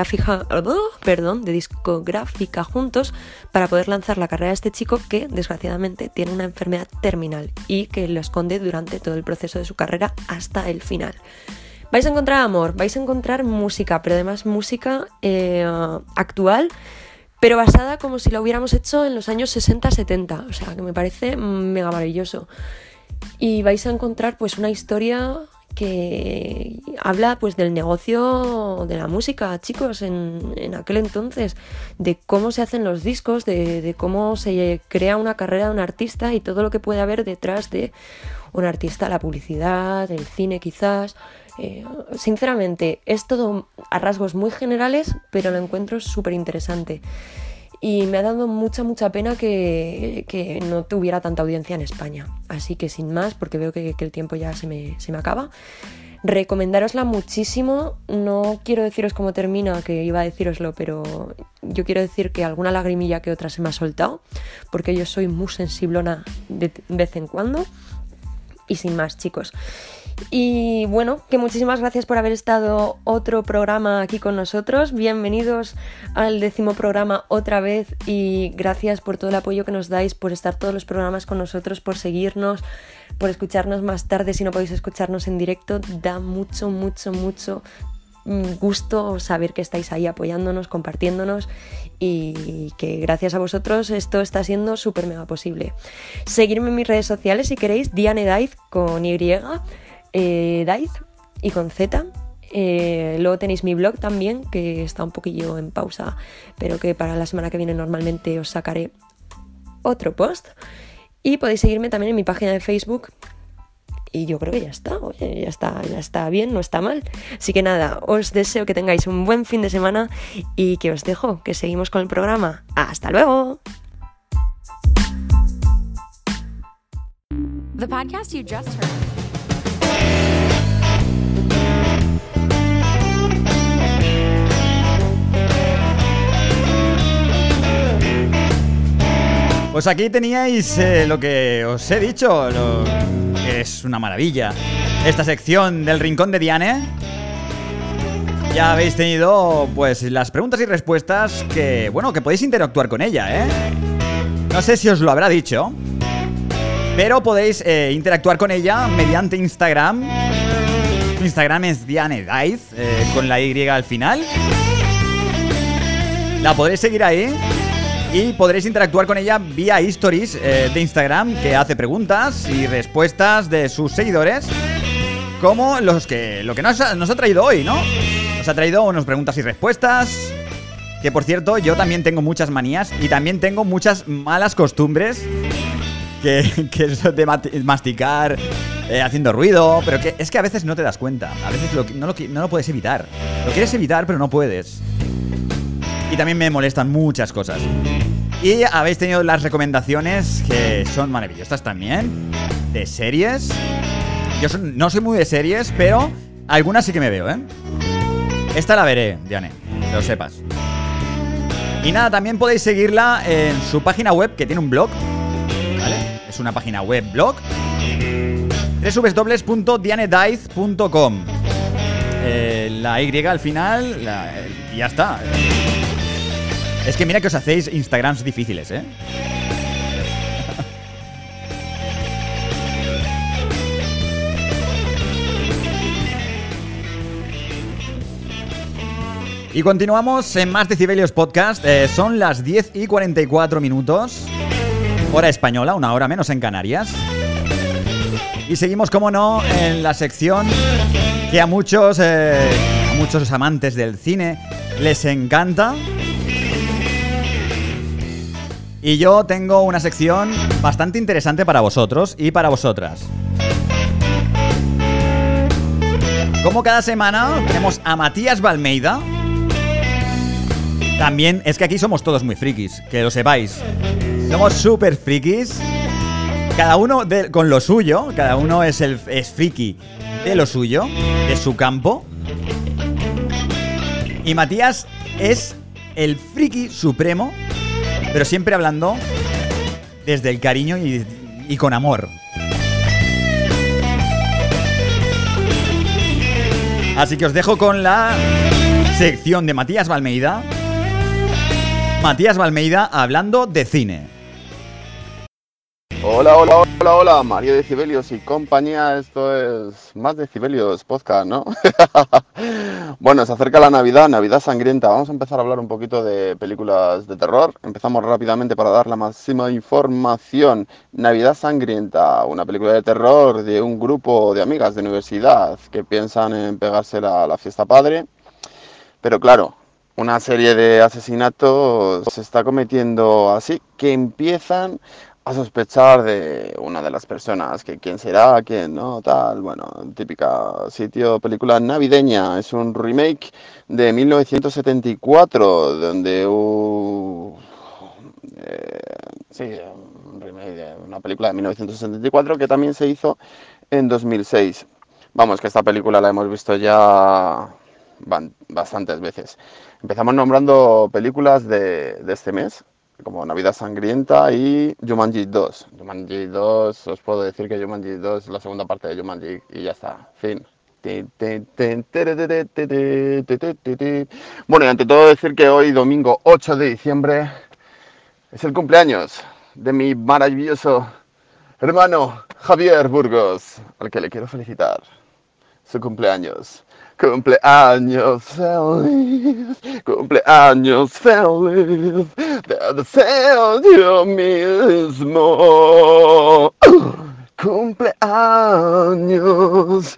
discográfica juntos para poder lanzar la carrera de este chico, que desgraciadamente tiene una enfermedad terminal y que lo esconde durante todo el proceso de su carrera hasta el final. Vais a encontrar amor, vais a encontrar música, pero además música actual, pero basada como si la hubiéramos hecho en los años 60-70, o sea, que me parece mega maravilloso. Y vais a encontrar pues una historia que habla pues del negocio de la música, chicos, en aquel entonces, de cómo se hacen los discos, de cómo se crea una carrera de un artista y todo lo que puede haber detrás de un artista, la publicidad, el cine quizás. Sinceramente, es todo a rasgos muy generales, pero lo encuentro súper interesante. Y me ha dado mucha pena que no tuviera tanta audiencia en España. Así que sin más, porque veo que el tiempo ya se me acaba, recomendárosla muchísimo. No quiero deciros cómo termina, que iba a decíroslo, pero yo quiero decir que alguna lagrimilla que otra se me ha soltado, porque yo soy muy sensiblona de vez en cuando. Y sin más, chicos. Y bueno, que muchísimas gracias por haber estado otro programa aquí con nosotros. Bienvenidos al 10º programa otra vez, y gracias por todo el apoyo que nos dais, por estar todos los programas con nosotros, por seguirnos, por escucharnos más tarde si no podéis escucharnos en directo. Da mucho gusto saber que estáis ahí apoyándonos, compartiéndonos y que gracias a vosotros esto está siendo súper mega posible. Seguidme en mis redes sociales si queréis, Diane Daiz con Y, Daiz y con Z. Luego tenéis mi blog también, que está un poquillo en pausa, pero que para la semana que viene normalmente os sacaré otro post. Y podéis seguirme también en mi página de Facebook. Y yo creo que ya está, oye, ya está bien, no está mal. Así que nada, os deseo que tengáis un buen fin de semana y que os dejo, que seguimos con el programa. ¡Hasta luego! The podcast you just heard. Pues aquí teníais lo que os he dicho, lo que es una maravilla. Esta sección del Rincón de Diane. Ya habéis tenido pues las preguntas y respuestas que, bueno, que podéis interactuar con ella, ¿eh? No sé si os lo habrá dicho, pero podéis interactuar con ella mediante Instagram. Su Instagram es Diane Daiz, con la Y al final. La podréis seguir ahí. Y podréis interactuar con ella vía stories de Instagram, que hace preguntas y respuestas de sus seguidores, como lo que nos ha traído hoy, ¿no? Nos ha traído unas preguntas y respuestas, que por cierto, yo también tengo muchas manías y también tengo muchas malas costumbres, que es de masticar haciendo ruido, pero que es que a veces no te das cuenta, a veces no lo puedes evitar. Lo quieres evitar, pero no puedes. Y también me molestan muchas cosas. Y habéis tenido las recomendaciones que son maravillosas también, de series. Yo no soy muy de series, pero algunas sí que me veo, ¿eh? Esta la veré, Diane, que lo sepas. Y nada, también podéis seguirla en su página web, que tiene un blog, ¿vale? Es una página web blog, www.dianedaiz.com. La Y al final, y ya está. Es que mira que os hacéis Instagrams difíciles, ¿eh? Y continuamos en Más Decibelios Podcast. Son las 10:44, hora española, una hora menos en Canarias. Y seguimos, como no, en la sección que a muchos amantes del cine les encanta. Y yo tengo una sección bastante interesante para vosotros y para vosotras. Como cada semana tenemos a Matías Balmeida. También es que aquí somos todos muy frikis, que lo sepáis. Somos súper frikis. Cada uno con lo suyo. Cada uno es friki de lo suyo, de su campo. Y Matías es el friki supremo, pero siempre hablando desde el cariño y con amor. Así que os dejo con la sección de Matías Balmeida. Matías Balmeida hablando de cine. Hola, Mario Decibelios y compañía, esto es Más Decibelios Podcast, ¿no? Bueno, se acerca la Navidad sangrienta, vamos a empezar a hablar un poquito de películas de terror. Empezamos rápidamente para dar la máxima información. Navidad sangrienta, una película de terror de un grupo de amigas de universidad que piensan en pegarse la fiesta padre, pero claro, una serie de asesinatos se está cometiendo así que empiezan a sospechar de una de las personas, que quién será, quién no, tal, bueno, típica película navideña. Es un remake de 1974, donde un remake de una película de 1974 que también se hizo en 2006. Vamos, que esta película la hemos visto ya bastantes veces. Empezamos nombrando películas de este mes, como Navidad Sangrienta y Jumanji 2. Jumanji 2, os puedo decir que Jumanji 2 es la segunda parte de Jumanji y ya está, fin. Bueno, y ante todo decir que hoy, domingo 8 de diciembre, es el cumpleaños de mi maravilloso hermano Javier Burgos, al que le quiero felicitar. su cumpleaños. Cumpleaños feliz, cumpleaños feliz, te deseo yo mismo. Cumpleaños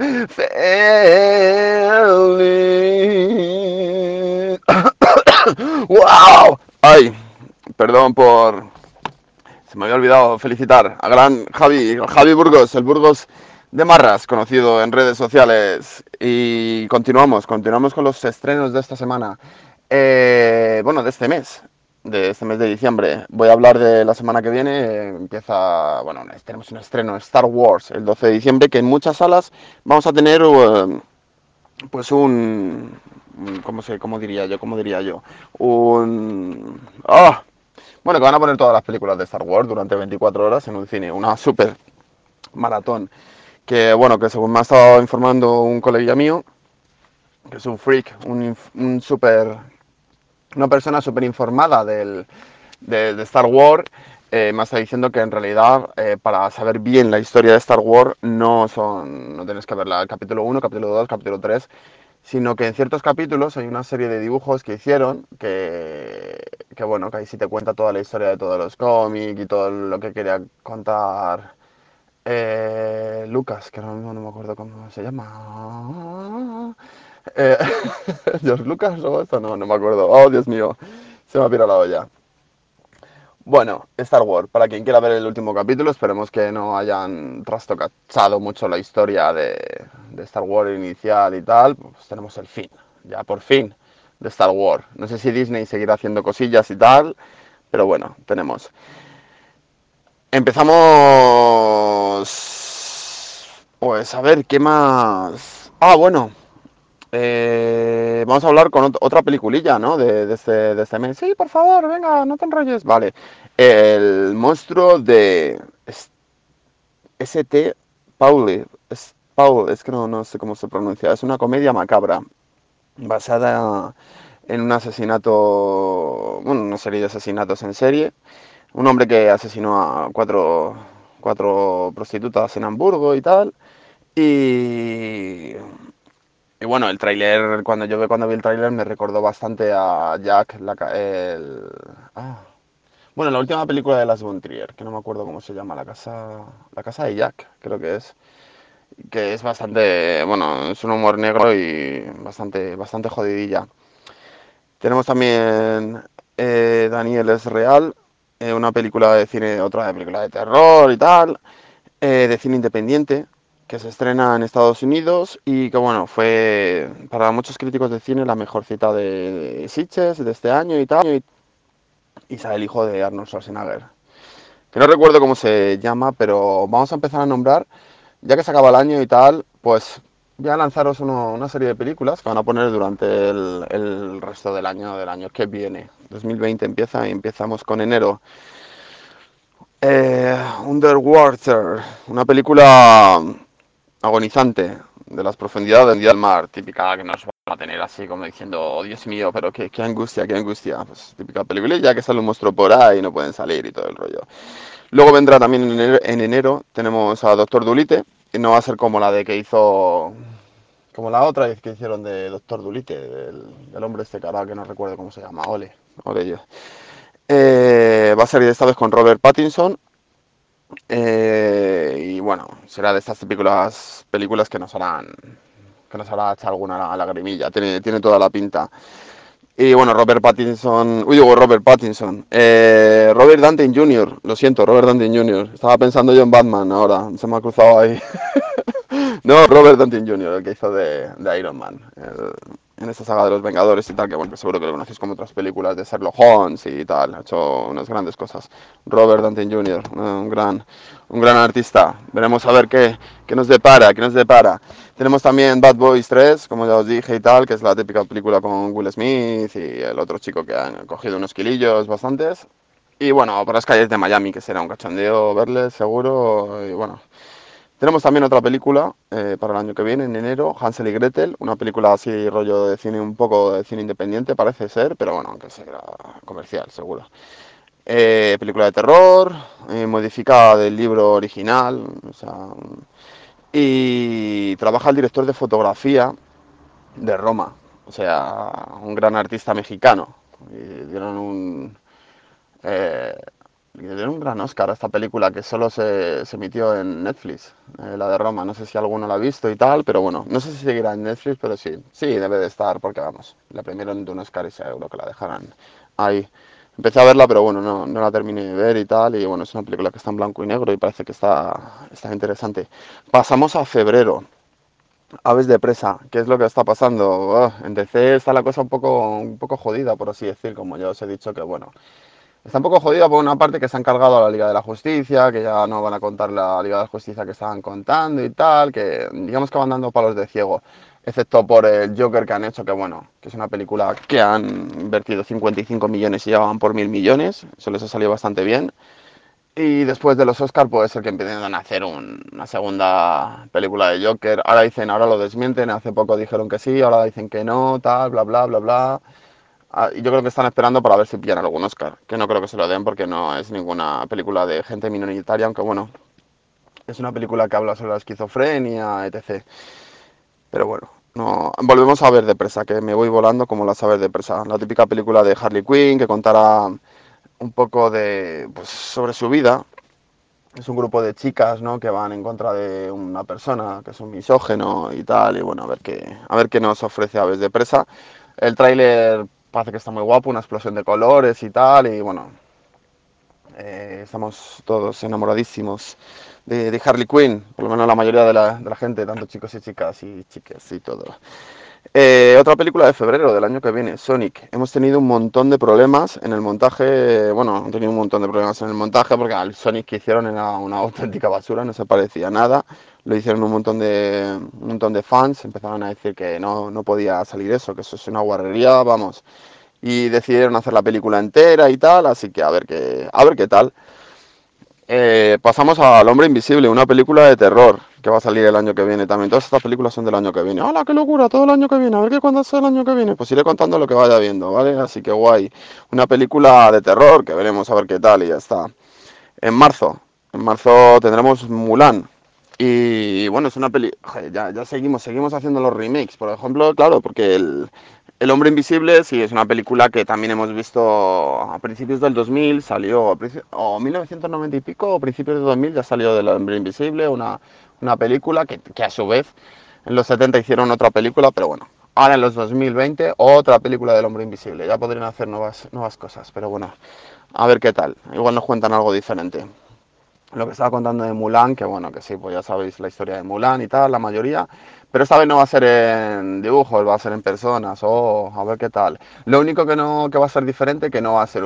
feliz. ¡Wow! Ay, perdón por... Se me había olvidado felicitar a gran Javi Burgos, el Burgos de Marras, conocido en redes sociales. Y continuamos con los estrenos de esta semana. Bueno, de este mes de diciembre. Voy a hablar de la semana que viene. Empieza, bueno, tenemos un estreno, Star Wars, el 12 de diciembre, que en muchas salas vamos a tener, pues ¿cómo diría yo? Bueno, que van a poner todas las películas de Star Wars durante 24 horas en un cine, una super maratón. Que bueno, que según me ha estado informando un colega mío, que es un freak, una persona súper informada de Star Wars, me está diciendo que en realidad para saber bien la historia de Star Wars no tienes que ver el capítulo 1, capítulo 2, capítulo 3, sino que en ciertos capítulos hay una serie de dibujos que hicieron que bueno, que ahí sí te cuenta toda la historia de todos los cómics y todo lo que quería contar Lucas, que ahora mismo no me acuerdo cómo se llama. Eh, ¿George Lucas o esto? No me acuerdo. Oh, Dios mío, se me ha pirado la olla. Bueno, Star Wars, para quien quiera ver el último capítulo, esperemos que no hayan trastocado mucho la historia de Star Wars inicial y tal, pues tenemos el fin, ya por fin, de Star Wars. No sé si Disney seguirá haciendo cosillas y tal, pero bueno, tenemos. Empezamos, pues a ver, ¿qué más? Ah, bueno, vamos a hablar con otra peliculilla, ¿no? De este mes. Sí, por favor, venga, no te enrolles. Vale. El monstruo de St. Pauli. Paul, es que no sé cómo se pronuncia. Es una comedia macabra basada en un asesinato, bueno, una serie de asesinatos en serie. Un hombre que asesinó a cuatro prostitutas en Hamburgo y tal. Y y bueno, el tráiler, cuando vi el tráiler me recordó bastante a Jack, bueno, la última película de Lars von Trier, que no me acuerdo cómo se llama, La casa de Jack, creo que es bastante, bueno, es un humor negro y bastante jodidilla. Tenemos también Daniel es real, una película de cine, otra película de terror y tal, de cine independiente, que se estrena en Estados Unidos y que bueno, fue para muchos críticos de cine la mejor cita de Sitges de este año y tal, y sale el hijo de Arnold Schwarzenegger, que no recuerdo cómo se llama, pero vamos a empezar a nombrar, ya que se acaba el año y tal, pues voy a lanzaros una serie de películas que van a poner durante el resto del año que viene. 2020 empieza y empezamos con enero. Underwater, una película agonizante de las profundidades del mar, típica que nos va a tener así como diciendo, oh Dios mío, pero qué angustia, qué angustia. Pues típica película ya que sale un monstruo por ahí y no pueden salir y todo el rollo. Luego vendrá también en enero tenemos a Doctor Dolittle, y no va a ser como la de que hizo, como la otra que hicieron de Doctor Dolittle, del hombre este cara que no recuerdo cómo se llama, ole yo. Va a salir esta vez con Robert Pattinson. Y bueno, será de estas típicas películas que nos hará echar alguna lagrimilla, tiene toda la pinta. Y bueno, Robert Downey Jr., lo siento, Robert Downey Jr., estaba pensando yo en Batman ahora, se me ha cruzado ahí. No, Robert Downey Jr., el que hizo de Iron Man, en esta saga de los Vengadores y tal, que bueno, seguro que lo conocéis como otras películas de Sherlock Holmes y tal, ha hecho unas grandes cosas. Robert Downey Jr., un gran artista. Veremos a ver qué nos depara, Tenemos también Bad Boys 3, como ya os dije y tal, que es la típica película con Will Smith y el otro chico que han cogido unos kilillos bastantes. Y bueno, por las calles de Miami, que será un cachondeo verles, seguro, y bueno. Tenemos también otra película para el año que viene, en enero, Hansel y Gretel, una película así rollo de cine, un poco de cine independiente parece ser, pero bueno, aunque será comercial, seguro. Película de terror, modificada del libro original, o sea, y trabaja el director de fotografía de Roma, o sea, un gran artista mexicano. Y eh, le dieron un gran Oscar a esta película que solo se emitió en Netflix, la de Roma. No sé si alguno la ha visto y tal, pero bueno, no sé si seguirá en Netflix, pero sí, sí, debe de estar, porque vamos, la premiaron de un Oscar y seguro que la dejarán ahí. Empecé a verla, pero bueno, no la terminé de ver y tal, y bueno, es una película que está en blanco y negro y parece que está interesante. Pasamos a febrero. Aves de presa, ¿qué es lo que está pasando? En DC está la cosa un poco jodida, por así decir, como ya os he dicho, que bueno, está un poco jodida por una parte que se han cargado a la Liga de la Justicia, que ya no van a contar la Liga de la Justicia que estaban contando y tal, que digamos que van dando palos de ciego, excepto por el Joker que han hecho, que bueno, que es una película que han invertido 55 millones y ya van por 1.000 millones, eso les ha salido bastante bien. Y después de los Oscar puede ser que empiecen a hacer una segunda película de Joker. Ahora dicen, ahora lo desmienten, hace poco dijeron que sí, ahora dicen que no, tal, bla, bla, bla, bla. Y yo creo que están esperando para ver si pillan algún Oscar, que no creo que se lo den porque no es ninguna película de gente minoritaria, aunque bueno, es una película que habla sobre la esquizofrenia, etc. Pero bueno, no, volvemos a ver de presa, que me voy volando como las aves de presa. La típica película de Harley Quinn que contara un poco de, pues, sobre su vida. Es un grupo de chicas, ¿no?, que van en contra de una persona que es un misógeno y tal, y bueno, a ver qué nos ofrece Aves de presa. El tráiler parece que está muy guapo, una explosión de colores y tal, y bueno, estamos todos enamoradísimos de Harley Quinn, por lo menos la mayoría de la gente, tanto chicos y chicas y chiques y todo. Otra película de febrero del año que viene, Sonic. Hemos tenido un montón de problemas en el montaje. Bueno, han tenido un montón de problemas en el montaje porque el Sonic que hicieron era una auténtica basura, no se parecía a nada. Lo hicieron un montón de fans, empezaron a decir que no podía salir eso, que eso es una guarrería, vamos. Y decidieron hacer la película entera y tal, así que a ver qué tal. Pasamos a El Hombre Invisible, una película de terror que va a salir el año que viene también. Todas estas películas son del año que viene. ¡Hala, qué locura! Todo el año que viene. A ver qué cuándo es el año que viene. Pues iré contando lo que vaya viendo, ¿vale? Así que guay. Una película de terror que veremos a ver qué tal y ya está. En marzo. En marzo tendremos Mulan. Y bueno, es una peli... Ya seguimos haciendo los remakes. Por ejemplo, claro, porque el Hombre Invisible sí es una película que también hemos visto a principios del 2000, salió, o 1990 y pico, o principios del 2000 ya salió del Hombre Invisible, una película que a su vez en los 70 hicieron otra película, pero bueno, ahora en los 2020 otra película del Hombre Invisible, ya podrían hacer nuevas cosas, pero bueno, a ver qué tal, igual nos cuentan algo diferente. Lo que estaba contando de Mulan, que bueno, que sí, pues ya sabéis la historia de Mulan y tal, la mayoría, pero esta vez no va a ser en dibujos, va a ser en personas, a ver qué tal. Lo único que va a ser diferente, que no va a ser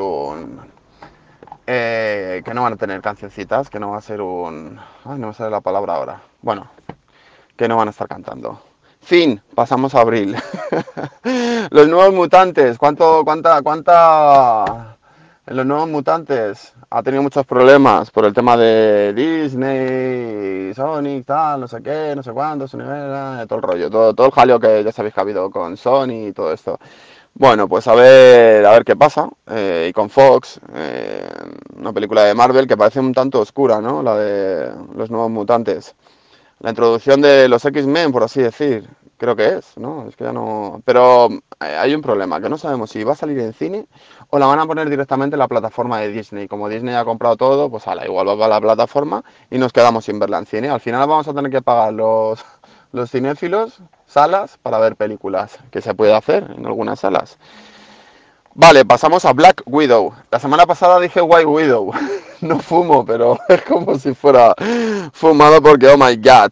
que no van a tener cancioncitas, que no va a ser ay, no me sale la palabra ahora. Bueno, que no van a estar cantando. Fin, pasamos a abril. Los nuevos mutantes, cuánta... En los nuevos mutantes ha tenido muchos problemas por el tema de Disney, Sonic, tal, no sé qué, no sé cuánto, todo el rollo, todo el jaleo que ya sabéis que ha habido con Sony y todo esto. Bueno, pues a ver qué pasa. Y con Fox, una película de Marvel que parece un tanto oscura, ¿no? La de los nuevos mutantes. La introducción de los X-Men, por así decir, creo que es, ¿no? Es que ya no... Pero hay un problema, que no sabemos si va a salir en cine o la van a poner directamente en la plataforma de Disney. Como Disney ha comprado todo, pues igual va a la plataforma y nos quedamos sin verla en cine. Al final vamos a tener que pagar los cinéfilos salas para ver películas, que se puede hacer en algunas salas. Vale, pasamos a Black Widow. La semana pasada dije White Widow. No fumo, pero es como si fuera fumado porque, oh my god.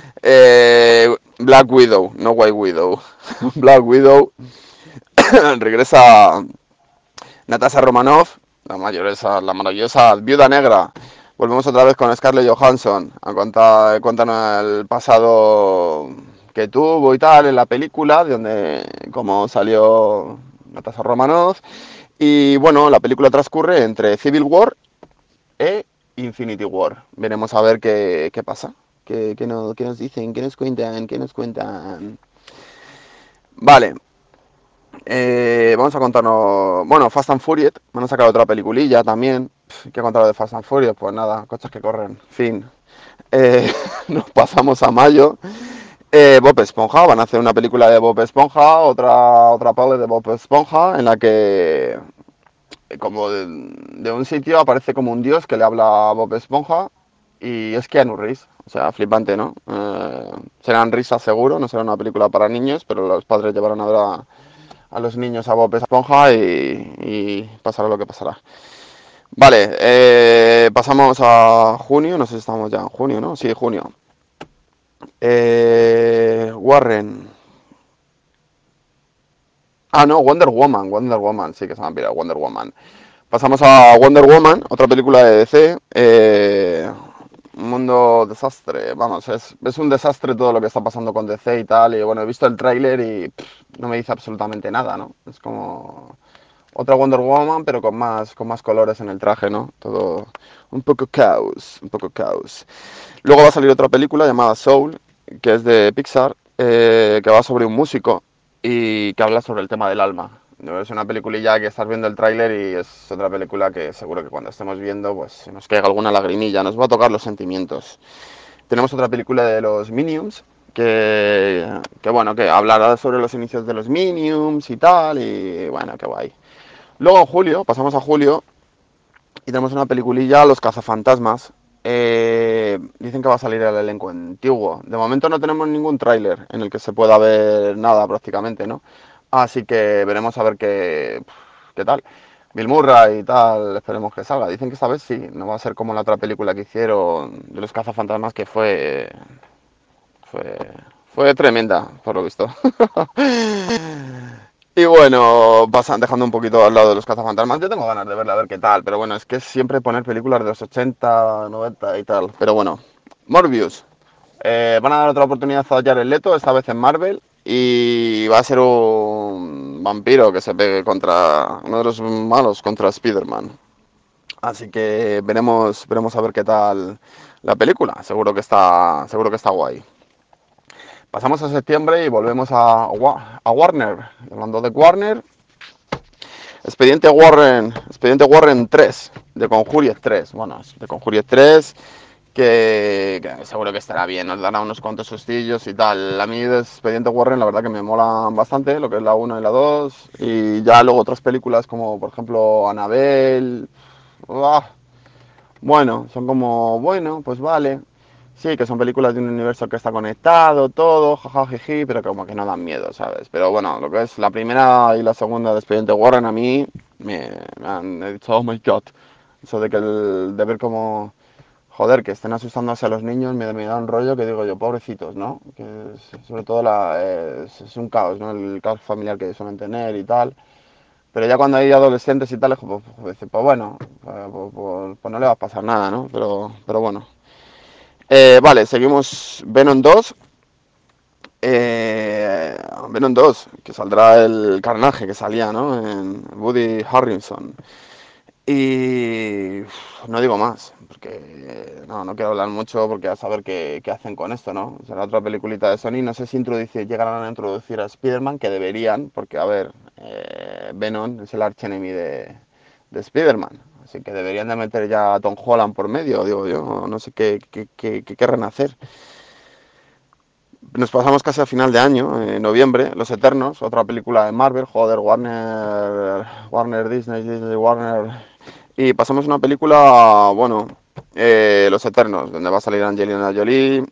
Black Widow, no White Widow. Black Widow. Regresa Natasha Romanoff, la maravillosa viuda negra. Volvemos otra vez con Scarlett Johansson a contarnos el pasado que tuvo y tal en la película, de donde cómo salió Natasha Romanoff. Y bueno, la película transcurre entre Civil War e Infinity War. Veremos a ver qué pasa. ¿Qué nos dicen? ¿Qué nos cuentan? ¿Qué nos cuentan? Vale. Vamos a contarnos... Bueno, Fast and Furious. Van a sacar otra peliculilla también. ¿Qué contar de Fast and Furious? Pues nada, coches que corren. Fin. Eh, nos pasamos a mayo. Bob Esponja, van a hacer una película de Bob Esponja, otra peli de Bob Esponja, en la que como de un sitio aparece como un dios que le habla a Bob Esponja y es Keanu Reeves, o sea, flipante, ¿no? Serán risas seguro, no será una película para niños, pero los padres llevarán a ver a los niños a Bob Esponja y pasará lo que pasará. Vale, pasamos a junio, no sé si estamos ya en junio, ¿no? Sí, junio. Warren. Ah, no, Wonder Woman, sí que se me ha pirado, Wonder Woman. Pasamos a Wonder Woman, otra película de DC. Un mundo desastre, vamos, es un desastre todo lo que está pasando con DC y tal. Y bueno, he visto el tráiler y no me dice absolutamente nada, ¿no? Es como otra Wonder Woman, pero con más colores en el traje, ¿no? Todo un poco caos, un poco caos. Luego va a salir otra película llamada Soul, que es de Pixar, que va sobre un músico y que habla sobre el tema del alma. Es una peliculilla que estás viendo el tráiler y es otra película que seguro que cuando estemos viendo pues se nos caiga alguna lagrimilla, nos va a tocar los sentimientos. Tenemos otra película de los Minions que bueno, que hablará sobre los inicios de los Minions y tal, y bueno, qué guay. Luego en julio, pasamos a julio, y tenemos una peliculilla, Los Cazafantasmas. Dicen que va a salir el elenco antiguo. De momento no tenemos ningún tráiler en el que se pueda ver nada prácticamente, ¿no? Así que veremos a ver qué tal. Bill Murray y tal, esperemos que salga. Dicen que esta vez sí, no va a ser como la otra película que hicieron de Los Cazafantasmas, que fue, fue tremenda, por lo visto. Y bueno, pasan dejando un poquito al lado de los cazafantasmas. Yo tengo ganas de verla, a ver qué tal. Pero bueno, es que es siempre poner películas de los 80, 90 y tal. Pero bueno, Morbius. Van a dar otra oportunidad a Jared Leto, esta vez en Marvel. Y va a ser un vampiro que se pegue contra uno de los malos, contra Spider-Man. Así que veremos a ver qué tal la película. Seguro que está guay. Pasamos a septiembre y volvemos a Warner. Hablando de Warner, Expediente Warren 3, de Conjuries 3. Bueno, de Conjuries 3, que seguro que estará bien, nos dará unos cuantos sustillos y tal. A mí de Expediente Warren la verdad que me molan bastante, lo que es la 1 y la 2. Y ya luego otras películas como por ejemplo Annabelle. Uah, bueno, son como, bueno, pues vale. Sí, que son películas de un universo que está conectado, todo, jajajiji, pero como que no dan miedo, ¿sabes? Pero bueno, lo que es la primera y la segunda de Expediente Warren a mí me han dicho, oh my god. Eso de que de ver como, joder, que estén asustándose a los niños me da un rollo que digo yo, pobrecitos, ¿no? Que sobre todo es un caos, ¿no? El caos familiar que suelen tener y tal. Pero ya cuando hay adolescentes y tal, es como, pues bueno, pues no le va a pasar nada, ¿no? Pero bueno. Vale, seguimos Venom 2. Venom 2, que saldrá el carnaje que salía, ¿no? En Woody Harrelson. Y no digo más, porque no quiero hablar mucho porque a saber qué hacen con esto, ¿no? Será otra peliculita de Sony. No sé si llegarán a introducir a Spider-Man, que deberían, porque a ver, Venom es el archienemy de Spider-Man. Así que deberían de meter ya a Tom Holland por medio, digo yo. No sé qué querrán hacer. Nos pasamos casi a final de año, en noviembre, Los Eternos, otra película de Marvel, joder, Warner, Disney, Warner. Y pasamos a una película, bueno, Los Eternos, donde va a salir Angelina Jolie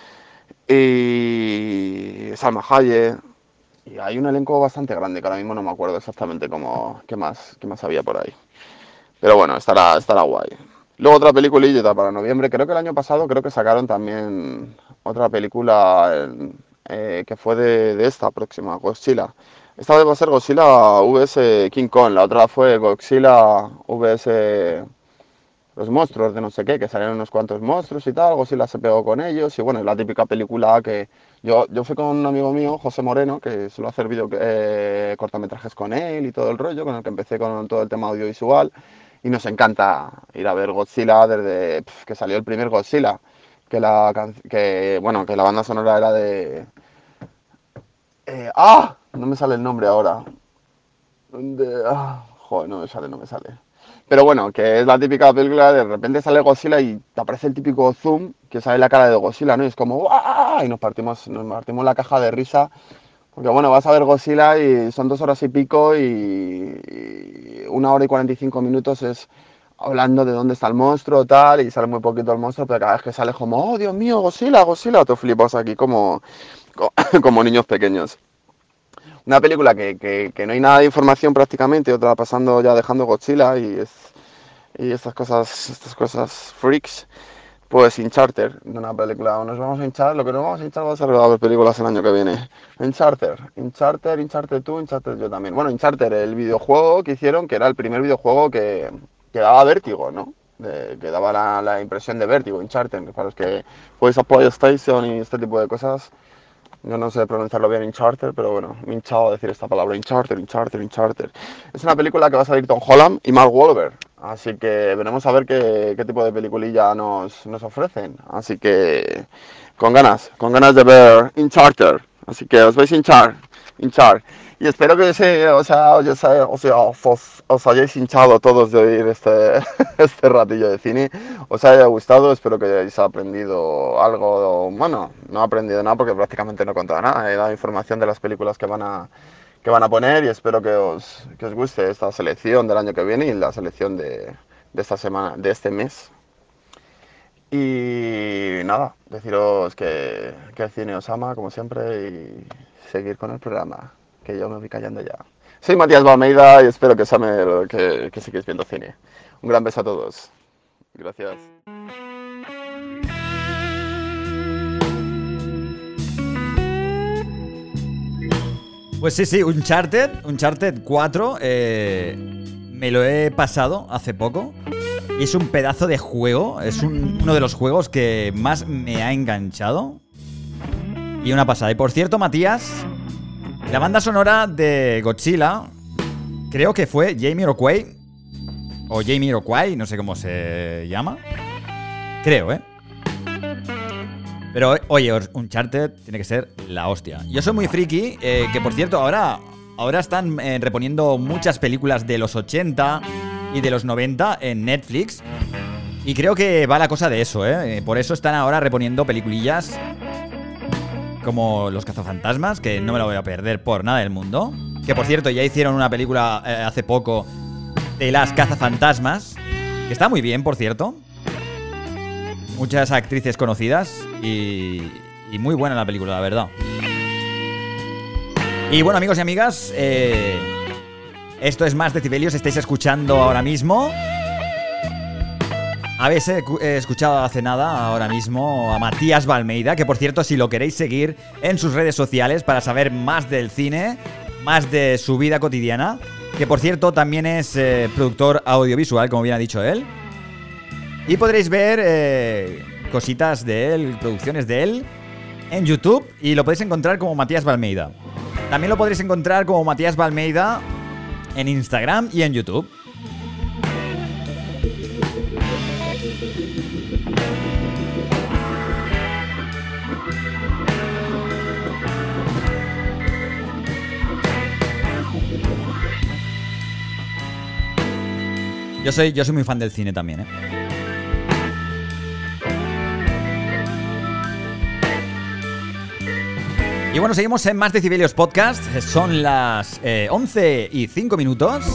y Salma Hayek. Y hay un elenco bastante grande, que ahora mismo no me acuerdo exactamente qué más había por ahí. Pero bueno, estará guay. Luego otra peliculilla para noviembre. Creo que el año pasado creo que sacaron también otra película que fue de esta próxima, Godzilla. Esta vez va a ser Godzilla vs King Kong. La otra fue Godzilla vs los monstruos de no sé qué, que salieron unos cuantos monstruos y tal. Godzilla se pegó con ellos. Y bueno, es la típica película que yo fui con un amigo mío, José Moreno, que suelo hacer cortometrajes con él y todo el rollo, con el que empecé con todo el tema audiovisual. Y nos encanta ir a ver Godzilla desde que salió el primer Godzilla. Bueno, que la banda sonora era de... No me sale el nombre ahora. Joder, no me sale. Pero bueno, que es la típica película, de repente sale Godzilla y te aparece el típico zoom, que sale la cara de Godzilla, ¿no? Y es como ¡guau! Y nos partimos la caja de risa. Porque bueno, vas a ver Godzilla y son 2 horas y pico y 1 hora y 45 minutos es hablando de dónde está el monstruo, tal, y sale muy poquito el monstruo, pero cada vez que sale como, oh, Dios mío, Godzilla, Godzilla, te flipas aquí como niños pequeños. Una película que no hay nada de información prácticamente, otra pasando ya dejando Godzilla y estas cosas freaks. Pues Uncharted, una película, nos vamos a hinchar, lo que nos vamos a hinchar va a ser a ver películas el año que viene. Uncharted 2, Uncharted yo también. Bueno, Uncharted, el videojuego que hicieron, que era el primer videojuego que daba vértigo, ¿no? Que daba la impresión de vértigo, Uncharted, para los que juegues a PlayStation y este tipo de cosas. Yo no sé pronunciarlo bien, Uncharted, pero bueno, me he hinchado a decir esta palabra, Uncharted. Es una película que va a salir Tom Holland y Mark Wahlberg, así que veremos a ver qué tipo de peliculilla nos ofrecen. Así que con ganas de ver Uncharted, así que os vais a hinchar. Y espero que os hayáis hinchado todos de oír este ratillo de cine. Os haya gustado, espero que hayáis aprendido algo. Bueno, no he aprendido nada porque prácticamente no he contado nada. He dado información de las películas que van a poner y espero que os guste esta selección del año que viene y la selección de esta semana, de este mes. Y nada, deciros que el cine os ama, como siempre, y seguir con el programa, que yo me voy callando ya. Soy Matías Balmeida y espero que os ame que sigáis viendo cine. Un gran beso a todos. Gracias. Pues sí, Uncharted 4, me lo he pasado hace poco. Y es un pedazo de juego, es uno de los juegos que más me ha enganchado. Y una pasada. Y por cierto, Matías, la banda sonora de Godzilla, creo que fue Jamiroquai, o Jamiroquai, no sé cómo se llama. Creo, Pero oye, Uncharted tiene que ser la hostia. Yo soy muy friki, que por cierto, ahora están reponiendo muchas películas de los 80 y de los 90 en Netflix. Y creo que va la cosa de eso, Por eso están ahora reponiendo peliculillas como Los Cazafantasmas, que no me la voy a perder por nada del mundo. Que por cierto, ya hicieron una película hace poco de Las Cazafantasmas, que está muy bien, por cierto. Muchas actrices conocidas y muy buena la película, la verdad. Y bueno, amigos y amigas, esto es Más Decibelios, estáis escuchando ahora mismo. Habéis escuchado hace nada, ahora mismo, a Matías Balmeida, que por cierto, si lo queréis seguir en sus redes sociales para saber más del cine, más de su vida cotidiana, que por cierto también es productor audiovisual, como bien ha dicho él. Y podréis ver cositas de él, producciones de él, en YouTube, y lo podéis encontrar como Matías Balmeida. También lo podréis encontrar como Matías Balmeida en Instagram y en YouTube. Yo soy muy fan del cine también, Y bueno, seguimos en Más Decibelios Podcast. Son las 11 y 5 minutos.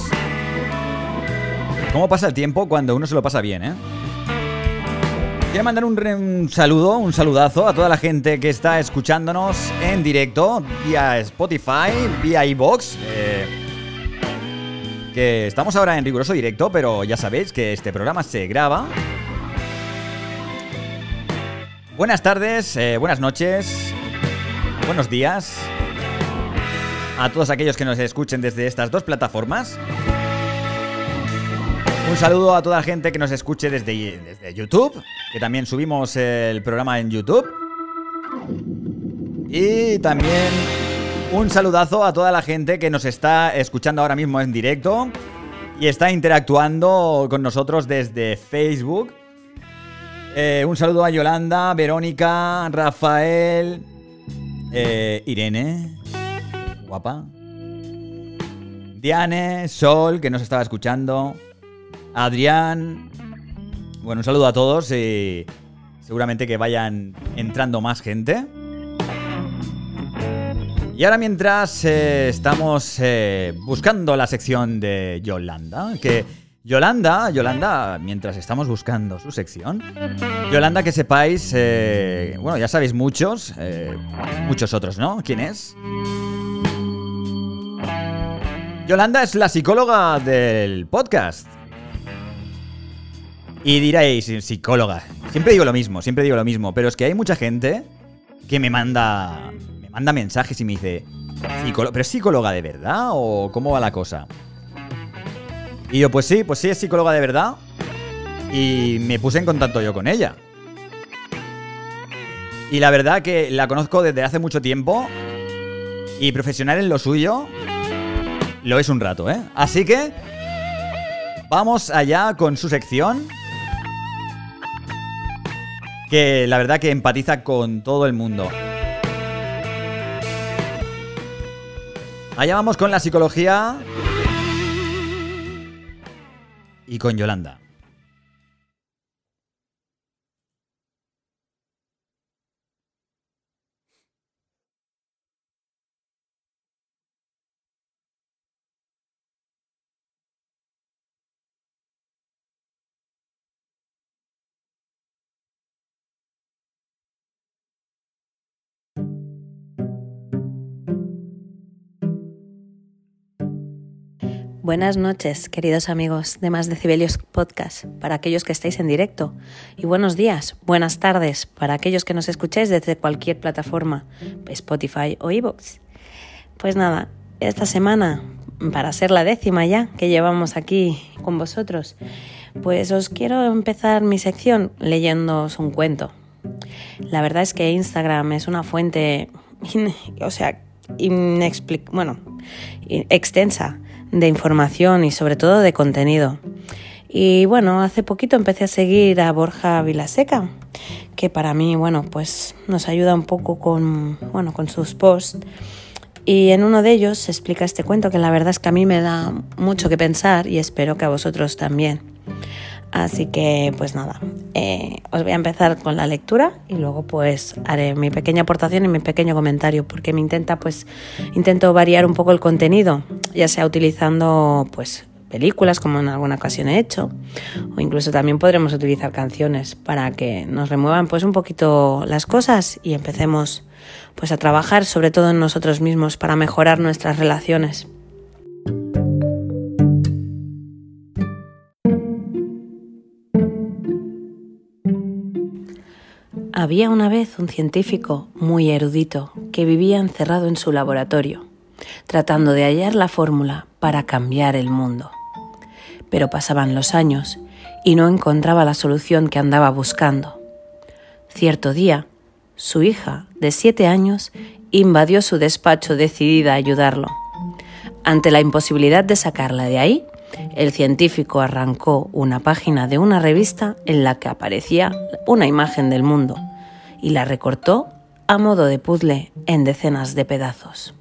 ¿Cómo pasa el tiempo cuando uno se lo pasa bien, Quiero mandar un saludazo a toda la gente que está escuchándonos en directo, vía Spotify, vía iVoox, que estamos ahora en riguroso directo, pero ya sabéis que este programa se graba. Buenas tardes, buenas noches, buenos días a todos aquellos que nos escuchen desde estas dos plataformas. Un saludo a toda la gente que nos escuche desde YouTube, que también subimos el programa en YouTube. Y también un saludazo a toda la gente que nos está escuchando ahora mismo en directo y está interactuando con nosotros desde Facebook. Un saludo a Yolanda, Verónica, Rafael, Irene, guapa, Diane, Sol, que nos estaba escuchando, Adrián. Bueno, un saludo a todos y seguramente que vayan entrando más gente. Y ahora mientras estamos buscando la sección de Yolanda, que Yolanda, mientras estamos buscando su sección, Yolanda, que sepáis, bueno, ya sabéis muchos otros, ¿no? ¿Quién es? Yolanda es la psicóloga del podcast. Y diréis, psicóloga, siempre digo lo mismo, pero es que hay mucha gente que me manda mensajes y me dice, ¿pero es psicóloga de verdad o cómo va la cosa? Y yo, pues sí, es psicóloga de verdad. Y me puse en contacto yo con ella. Y la verdad que la conozco desde hace mucho tiempo. Y profesional en lo suyo lo es un rato, ¿eh? Así que vamos allá con su sección, que la verdad que empatiza con todo el mundo. Allá vamos con la psicología y con Yolanda. Buenas noches, queridos amigos de Más Decibelios Podcast, para aquellos que estáis en directo. Y buenos días, buenas tardes, para aquellos que nos escucháis desde cualquier plataforma, Spotify o iVoox. Pues nada, esta semana, para ser la 10ª ya que llevamos aquí con vosotros, pues os quiero empezar mi sección leyéndoos un cuento. La verdad es que Instagram es una fuente, extensa de información y sobre todo de contenido. Y bueno, hace poquito empecé a seguir a Borja Vilaseca, que para mí, pues nos ayuda un poco con sus posts. Y en uno de ellos se explica este cuento que la verdad es que a mí me da mucho que pensar y espero que a vosotros también. Así que pues nada, os voy a empezar con la lectura y luego pues haré mi pequeña aportación y mi pequeño comentario, porque intento variar un poco el contenido, ya sea utilizando pues películas, como en alguna ocasión he hecho, o incluso también podremos utilizar canciones para que nos remuevan pues un poquito las cosas y empecemos pues a trabajar sobre todo en nosotros mismos para mejorar nuestras relaciones. Había una vez un científico muy erudito que vivía encerrado en su laboratorio, tratando de hallar la fórmula para cambiar el mundo. Pero pasaban los años y no encontraba la solución que andaba buscando. Cierto día, su hija, de 7 años, invadió su despacho decidida a ayudarlo. Ante la imposibilidad de sacarla de ahí, el científico arrancó una página de una revista en la que aparecía una imagen del mundo y la recortó a modo de puzzle en decenas de pedazos.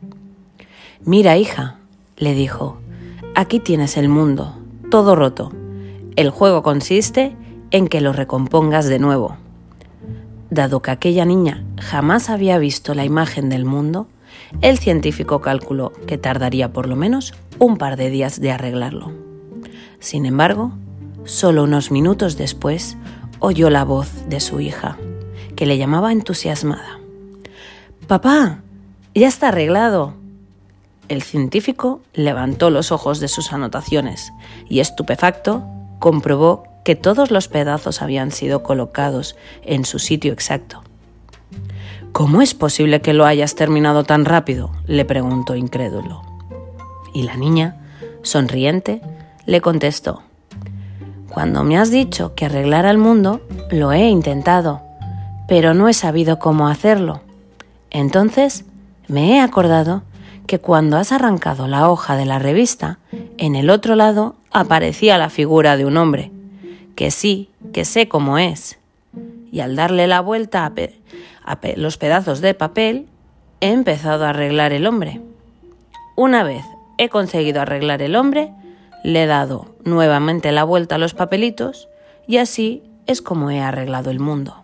«Mira, hija», le dijo, «aquí tienes el mundo, todo roto. El juego consiste en que lo recompongas de nuevo». Dado que aquella niña jamás había visto la imagen del mundo, el científico calculó que tardaría por lo menos un par de días de arreglarlo. Sin embargo, solo unos minutos después oyó la voz de su hija, que le llamaba entusiasmada. «¡Papá! ¡Ya está arreglado!». El científico levantó los ojos de sus anotaciones y, estupefacto, comprobó que todos los pedazos habían sido colocados en su sitio exacto. «¿Cómo es posible que lo hayas terminado tan rápido?», le preguntó incrédulo. Y la niña, sonriente, le contestó: «Cuando me has dicho que arreglara el mundo, lo he intentado, pero no he sabido cómo hacerlo. Entonces me he acordado que cuando has arrancado la hoja de la revista, en el otro lado aparecía la figura de un hombre, que sí, que sé cómo es. Y al darle la vuelta a los pedazos de papel, he empezado a arreglar el hombre. Una vez he conseguido arreglar el hombre, le he dado nuevamente la vuelta a los papelitos y así es como he arreglado el mundo.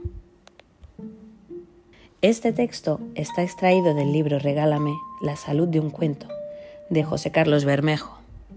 Este texto está extraído del libro Regálame la salud de un cuento, de José Carlos Bermejo.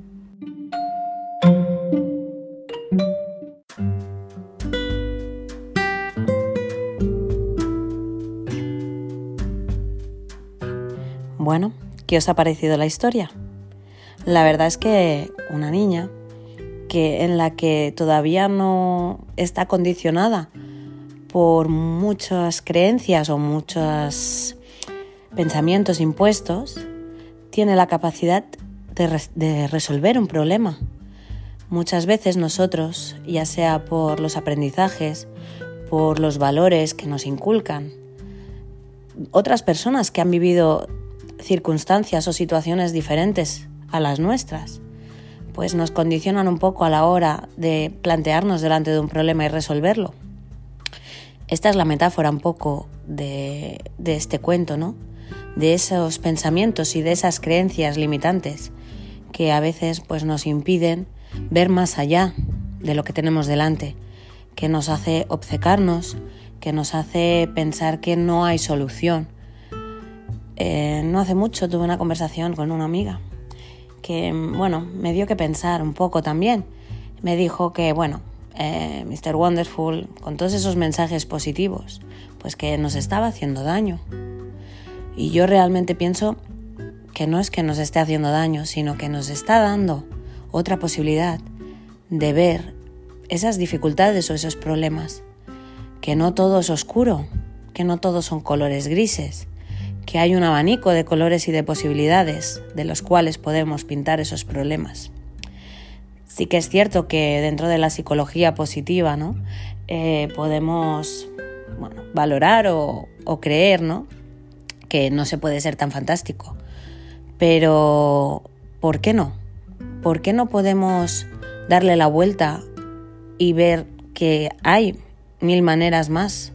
Bueno, ¿qué os ha parecido la historia? La verdad es que una niña en la que todavía no está condicionada por muchas creencias o muchos pensamientos impuestos, tiene la capacidad de resolver un problema. Muchas veces nosotros, ya sea por los aprendizajes, por los valores que nos inculcan, otras personas que han vivido circunstancias o situaciones diferentes a las nuestras, pues nos condicionan un poco a la hora de plantearnos delante de un problema y resolverlo. Esta es la metáfora un poco de este cuento, ¿no? De esos pensamientos y de esas creencias limitantes que a veces pues, nos impiden ver más allá de lo que tenemos delante, que nos hace obcecarnos, que nos hace pensar que no hay solución. No hace mucho tuve una conversación con una amiga que, me dio que pensar un poco también. Me dijo que, Mr. Wonderful, con todos esos mensajes positivos, pues que nos estaba haciendo daño. Y yo realmente pienso que no es que nos esté haciendo daño, sino que nos está dando otra posibilidad de ver esas dificultades o esos problemas, que no todo es oscuro, que no todos son colores grises, que hay un abanico de colores y de posibilidades de los cuales podemos pintar esos problemas. Sí que es cierto que dentro de la psicología positiva, ¿no? Podemos valorar o creer, ¿no? Que no se puede ser tan fantástico. Pero, ¿por qué no? ¿Por qué no podemos darle la vuelta y ver que hay 1000 maneras más?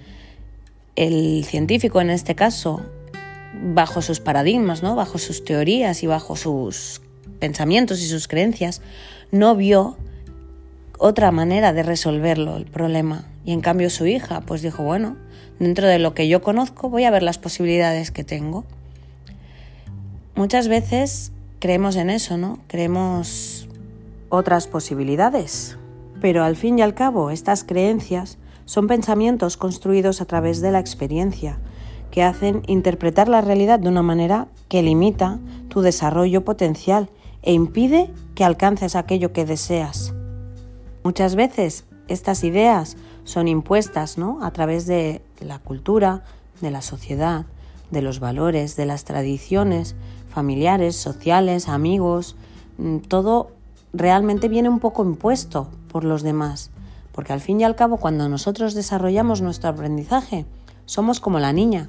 El científico en este caso, bajo sus paradigmas, ¿no? Bajo sus teorías y bajo sus pensamientos y sus creencias, no vio otra manera de resolverlo, el problema. Y en cambio su hija pues dijo, dentro de lo que yo conozco voy a ver las posibilidades que tengo. Muchas veces creemos en eso, ¿no? Creemos otras posibilidades. Pero al fin y al cabo, estas creencias son pensamientos construidos a través de la experiencia, que hacen interpretar la realidad de una manera que limita tu desarrollo potencial e impide que alcances aquello que deseas. Muchas veces estas ideas son impuestas, ¿no? A través de la cultura, de la sociedad, de los valores, de las tradiciones familiares, sociales, amigos. Todo realmente viene un poco impuesto por los demás, porque al fin y al cabo cuando nosotros desarrollamos nuestro aprendizaje somos como la niña.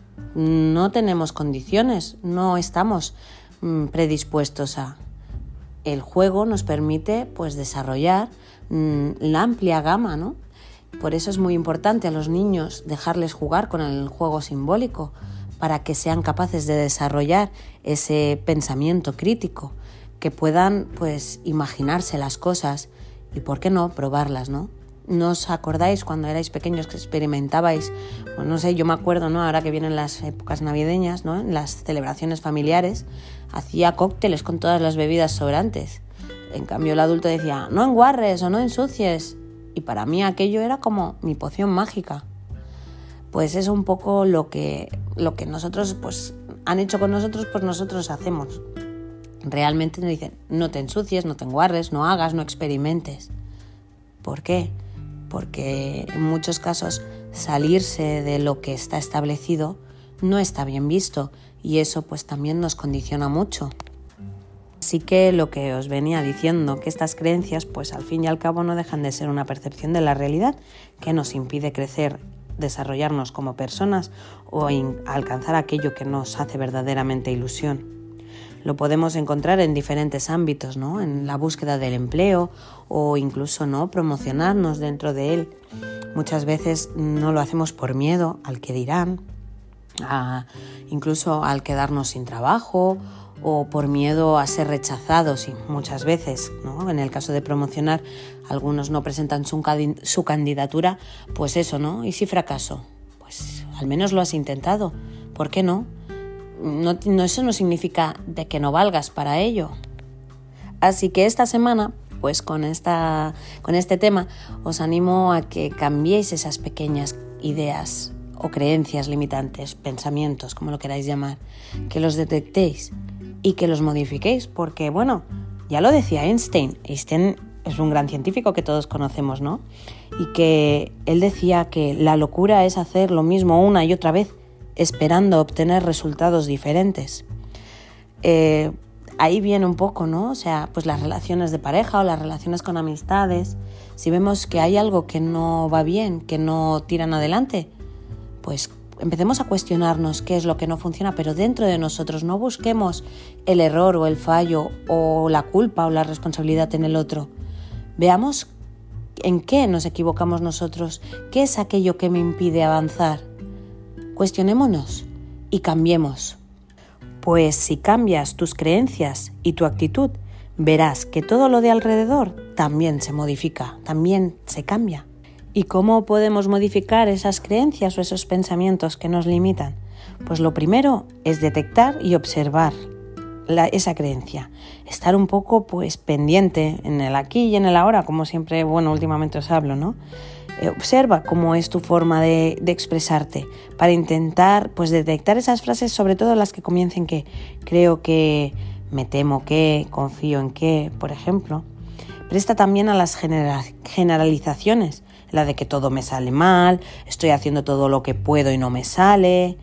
No tenemos condiciones, no estamos predispuestos a. El juego nos permite pues desarrollar la amplia gama, ¿no? Por eso es muy importante a los niños dejarles jugar con el juego simbólico para que sean capaces de desarrollar ese pensamiento crítico, que puedan pues imaginarse las cosas y por qué no probarlas, ¿no? ¿No os acordáis cuando erais pequeños que experimentabais? Yo me acuerdo, ¿no? Ahora que vienen las épocas navideñas, ¿no? En las celebraciones familiares, hacía cócteles con todas las bebidas sobrantes. En cambio el adulto decía, no enguarres o no ensucies. Y para mí aquello era como mi poción mágica. Pues es un poco lo que nosotros pues han hecho con nosotros, pues nosotros hacemos. Realmente nos dicen, no te ensucies, no te enguarres, no hagas, no experimentes. ¿Por qué? Porque en muchos casos salirse de lo que está establecido no está bien visto y eso pues también nos condiciona mucho. Así que lo que os venía diciendo, que estas creencias pues al fin y al cabo no dejan de ser una percepción de la realidad que nos impide crecer, desarrollarnos como personas o alcanzar aquello que nos hace verdaderamente ilusión. Lo podemos encontrar en diferentes ámbitos, ¿no? En la búsqueda del empleo o incluso no promocionarnos dentro de él. Muchas veces no lo hacemos por miedo al que dirán, incluso al quedarnos sin trabajo o por miedo a ser rechazados, y muchas veces, ¿no? En el caso de promocionar, algunos no presentan su candidatura, pues eso, ¿no? ¿Y si fracaso? Pues al menos lo has intentado, ¿por qué no? Eso no significa de que no valgas para ello. Así que esta semana, pues con este tema, os animo a que cambiéis esas pequeñas ideas o creencias limitantes, pensamientos, como lo queráis llamar, que los detectéis y que los modifiquéis, porque bueno, ya lo decía Einstein. Einstein es un gran científico que todos conocemos, ¿no? Y que él decía que la locura es hacer lo mismo una y otra vez, esperando obtener resultados diferentes. Ahí viene un poco, ¿no? O sea, pues las relaciones de pareja o las relaciones con amistades. Si vemos que hay algo que no va bien, que no tiran adelante, pues empecemos a cuestionarnos qué es lo que no funciona, pero dentro de nosotros. No busquemos el error o el fallo o la culpa o la responsabilidad en el otro. Veamos en qué nos equivocamos nosotros, qué es aquello que me impide avanzar. Cuestionémonos y cambiemos. Pues si cambias tus creencias y tu actitud, verás que todo lo de alrededor también se modifica, también se cambia. ¿Y cómo podemos modificar esas creencias o esos pensamientos que nos limitan? Pues lo primero es detectar y observar esa creencia. Estar un poco pues pendiente en el aquí y en el ahora, como siempre, bueno, últimamente os hablo, ¿no? Observa cómo es tu forma de expresarte para intentar pues detectar esas frases, sobre todo las que comiencen que, creo que, me temo que, confío en que, por ejemplo. Presta también a las generalizaciones, la de que todo me sale mal, estoy haciendo todo lo que puedo y no me sale,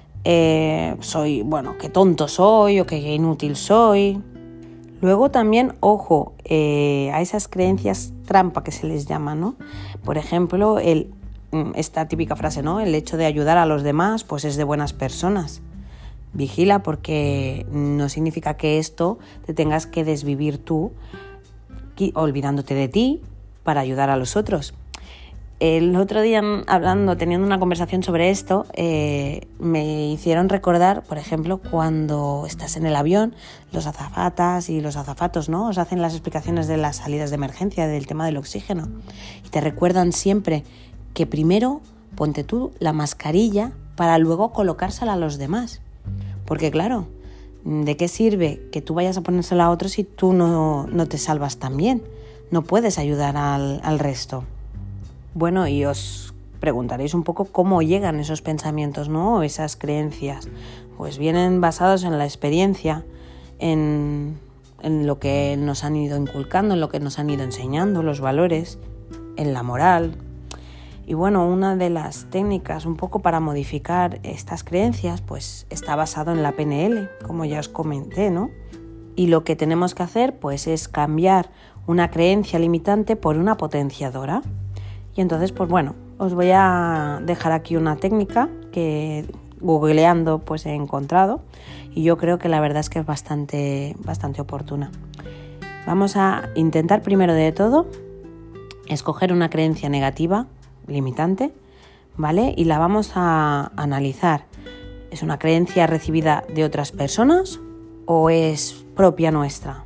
qué tonto soy o qué inútil soy. Luego también, ojo, a esas creencias trampa que se les llama, ¿no? Por ejemplo, esta típica frase, ¿no? El hecho de ayudar a los demás, pues es de buenas personas. Vigila, porque no significa que esto te tengas que desvivir tú, olvidándote de ti para ayudar a los otros. El otro día, teniendo una conversación sobre esto, me hicieron recordar, por ejemplo, cuando estás en el avión, los azafatas y los azafatos, ¿no? Os hacen las explicaciones de las salidas de emergencia, del tema del oxígeno. Y te recuerdan siempre que primero ponte tú la mascarilla para luego colocársela a los demás. Porque claro, ¿de qué sirve que tú vayas a ponérsela a otros si tú no te salvas también? No puedes ayudar al resto. Bueno, y os preguntaréis un poco cómo llegan esos pensamientos, ¿no? Esas creencias. Pues vienen basados en la experiencia, en lo que nos han ido inculcando, en lo que nos han ido enseñando, los valores, en la moral. Y bueno, una de las técnicas un poco para modificar estas creencias, pues está basado en la PNL, como ya os comenté, ¿no? Y lo que tenemos que hacer, pues es cambiar una creencia limitante por una potenciadora. Y entonces, pues bueno, os voy a dejar aquí una técnica que googleando pues he encontrado y yo creo que la verdad es que es bastante oportuna. Vamos a intentar primero de todo escoger una creencia negativa, limitante, ¿vale? Y la vamos a analizar. ¿Es una creencia recibida de otras personas o es propia nuestra?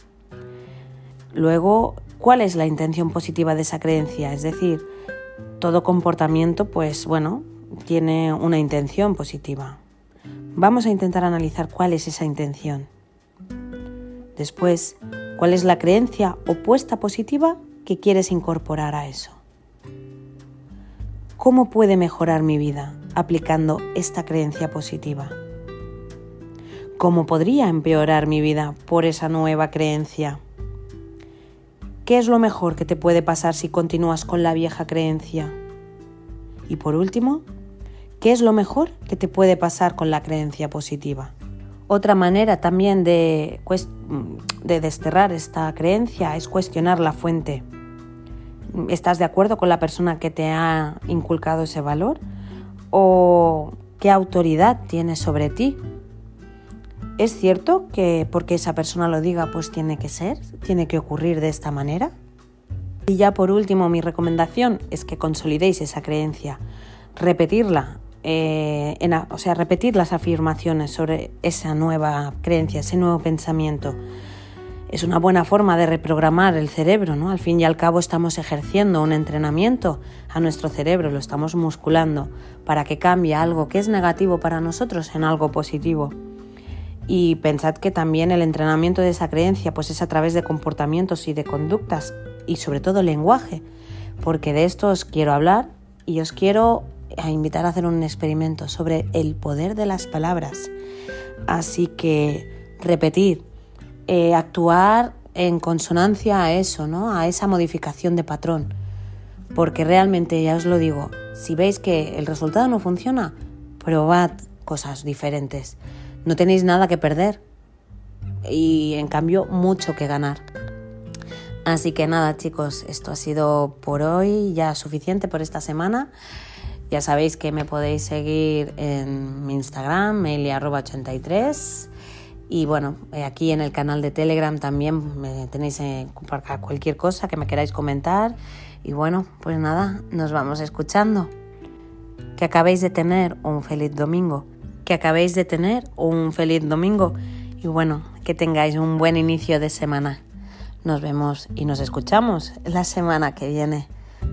Luego, ¿cuál es la intención positiva de esa creencia? Es decir, todo comportamiento, pues bueno, tiene una intención positiva. Vamos a intentar analizar cuál es esa intención. Después, ¿cuál es la creencia opuesta positiva que quieres incorporar a eso? ¿Cómo puede mejorar mi vida aplicando esta creencia positiva? ¿Cómo podría empeorar mi vida por esa nueva creencia? ¿Qué es lo mejor que te puede pasar si continúas con la vieja creencia? Y por último, ¿qué es lo mejor que te puede pasar con la creencia positiva? Otra manera también de desterrar esta creencia es cuestionar la fuente. ¿Estás de acuerdo con la persona que te ha inculcado ese valor? ¿O qué autoridad tiene sobre ti? ¿Es cierto que porque esa persona lo diga, pues tiene que ocurrir de esta manera? Y ya por último, mi recomendación es que consolidéis esa creencia, repetirla repetir las afirmaciones sobre esa nueva creencia, ese nuevo pensamiento. Es una buena forma de reprogramar el cerebro, ¿no? Al fin y al cabo estamos ejerciendo un entrenamiento a nuestro cerebro, lo estamos musculando para que cambie algo que es negativo para nosotros en algo positivo. Y pensad que también el entrenamiento de esa creencia pues es a través de comportamientos y de conductas y sobre todo lenguaje, porque de esto os quiero hablar y os quiero invitar a hacer un experimento sobre el poder de las palabras. Así que repetir, actuar en consonancia a eso, ¿no? A esa modificación de patrón, porque realmente, ya os lo digo, si veis que el resultado no funciona, probad cosas diferentes. No tenéis nada que perder y en cambio mucho que ganar. Así que nada, chicos, esto ha sido por hoy ya suficiente por esta semana. Ya sabéis que me podéis seguir en mi Instagram, meili@83. Y bueno, aquí en el canal de Telegram también me tenéis para cualquier cosa que me queráis comentar. Y bueno, pues nada, nos vamos escuchando. Que acabéis de tener un feliz domingo. Y bueno, que tengáis un buen inicio de semana. Nos vemos y nos escuchamos la semana que viene.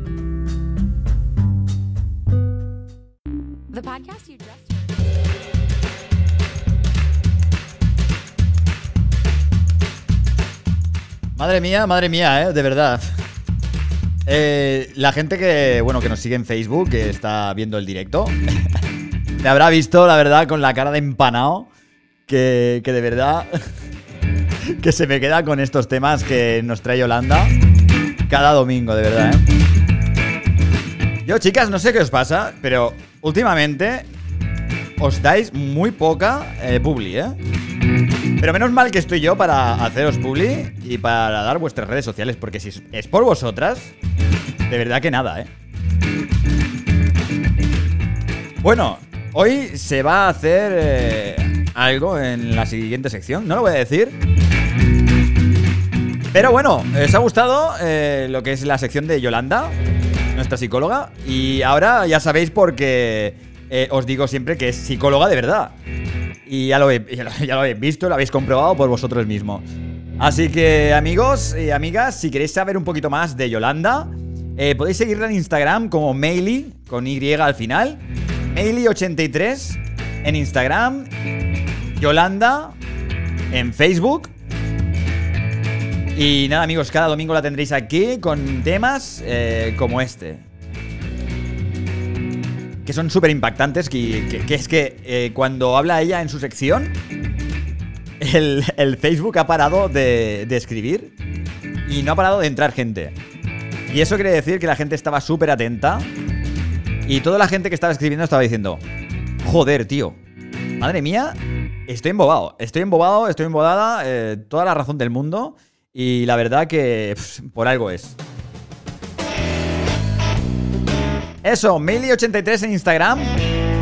Madre mía, de verdad. La gente que nos sigue en Facebook, que está viendo el directo, me habrá visto, la verdad, con la cara de empanado, que de verdad que se me queda con estos temas que nos trae Yolanda cada domingo, de verdad, Yo, chicas, no sé qué os pasa, pero últimamente os dais muy poca publi, Pero menos mal que estoy yo para haceros publi y para dar vuestras redes sociales, porque si es por vosotras, de verdad que nada, Bueno, hoy se va a hacer algo en la siguiente sección, no lo voy a decir. Pero bueno, ¿os ha gustado lo que es la sección de Yolanda, nuestra psicóloga? Y ahora ya sabéis por qué os digo siempre que es psicóloga de verdad. Y ya lo habéis visto, lo habéis comprobado por vosotros mismos. Así que, amigos y amigas, si queréis saber un poquito más de Yolanda, podéis seguirla en Instagram como Meili, con Y al final. Meili83 en Instagram. Yolanda en Facebook. Y nada, amigos, cada domingo la tendréis aquí con temas como este, que son súper impactantes, que es que cuando habla ella en su sección, el Facebook ha parado de escribir y no ha parado de entrar gente. Y eso quiere decir que la gente estaba súper atenta y toda la gente que estaba escribiendo estaba diciendo: joder, tío, madre mía, estoy embobada, toda la razón del mundo. Y la verdad que por algo es. Eso, Meili83 en Instagram.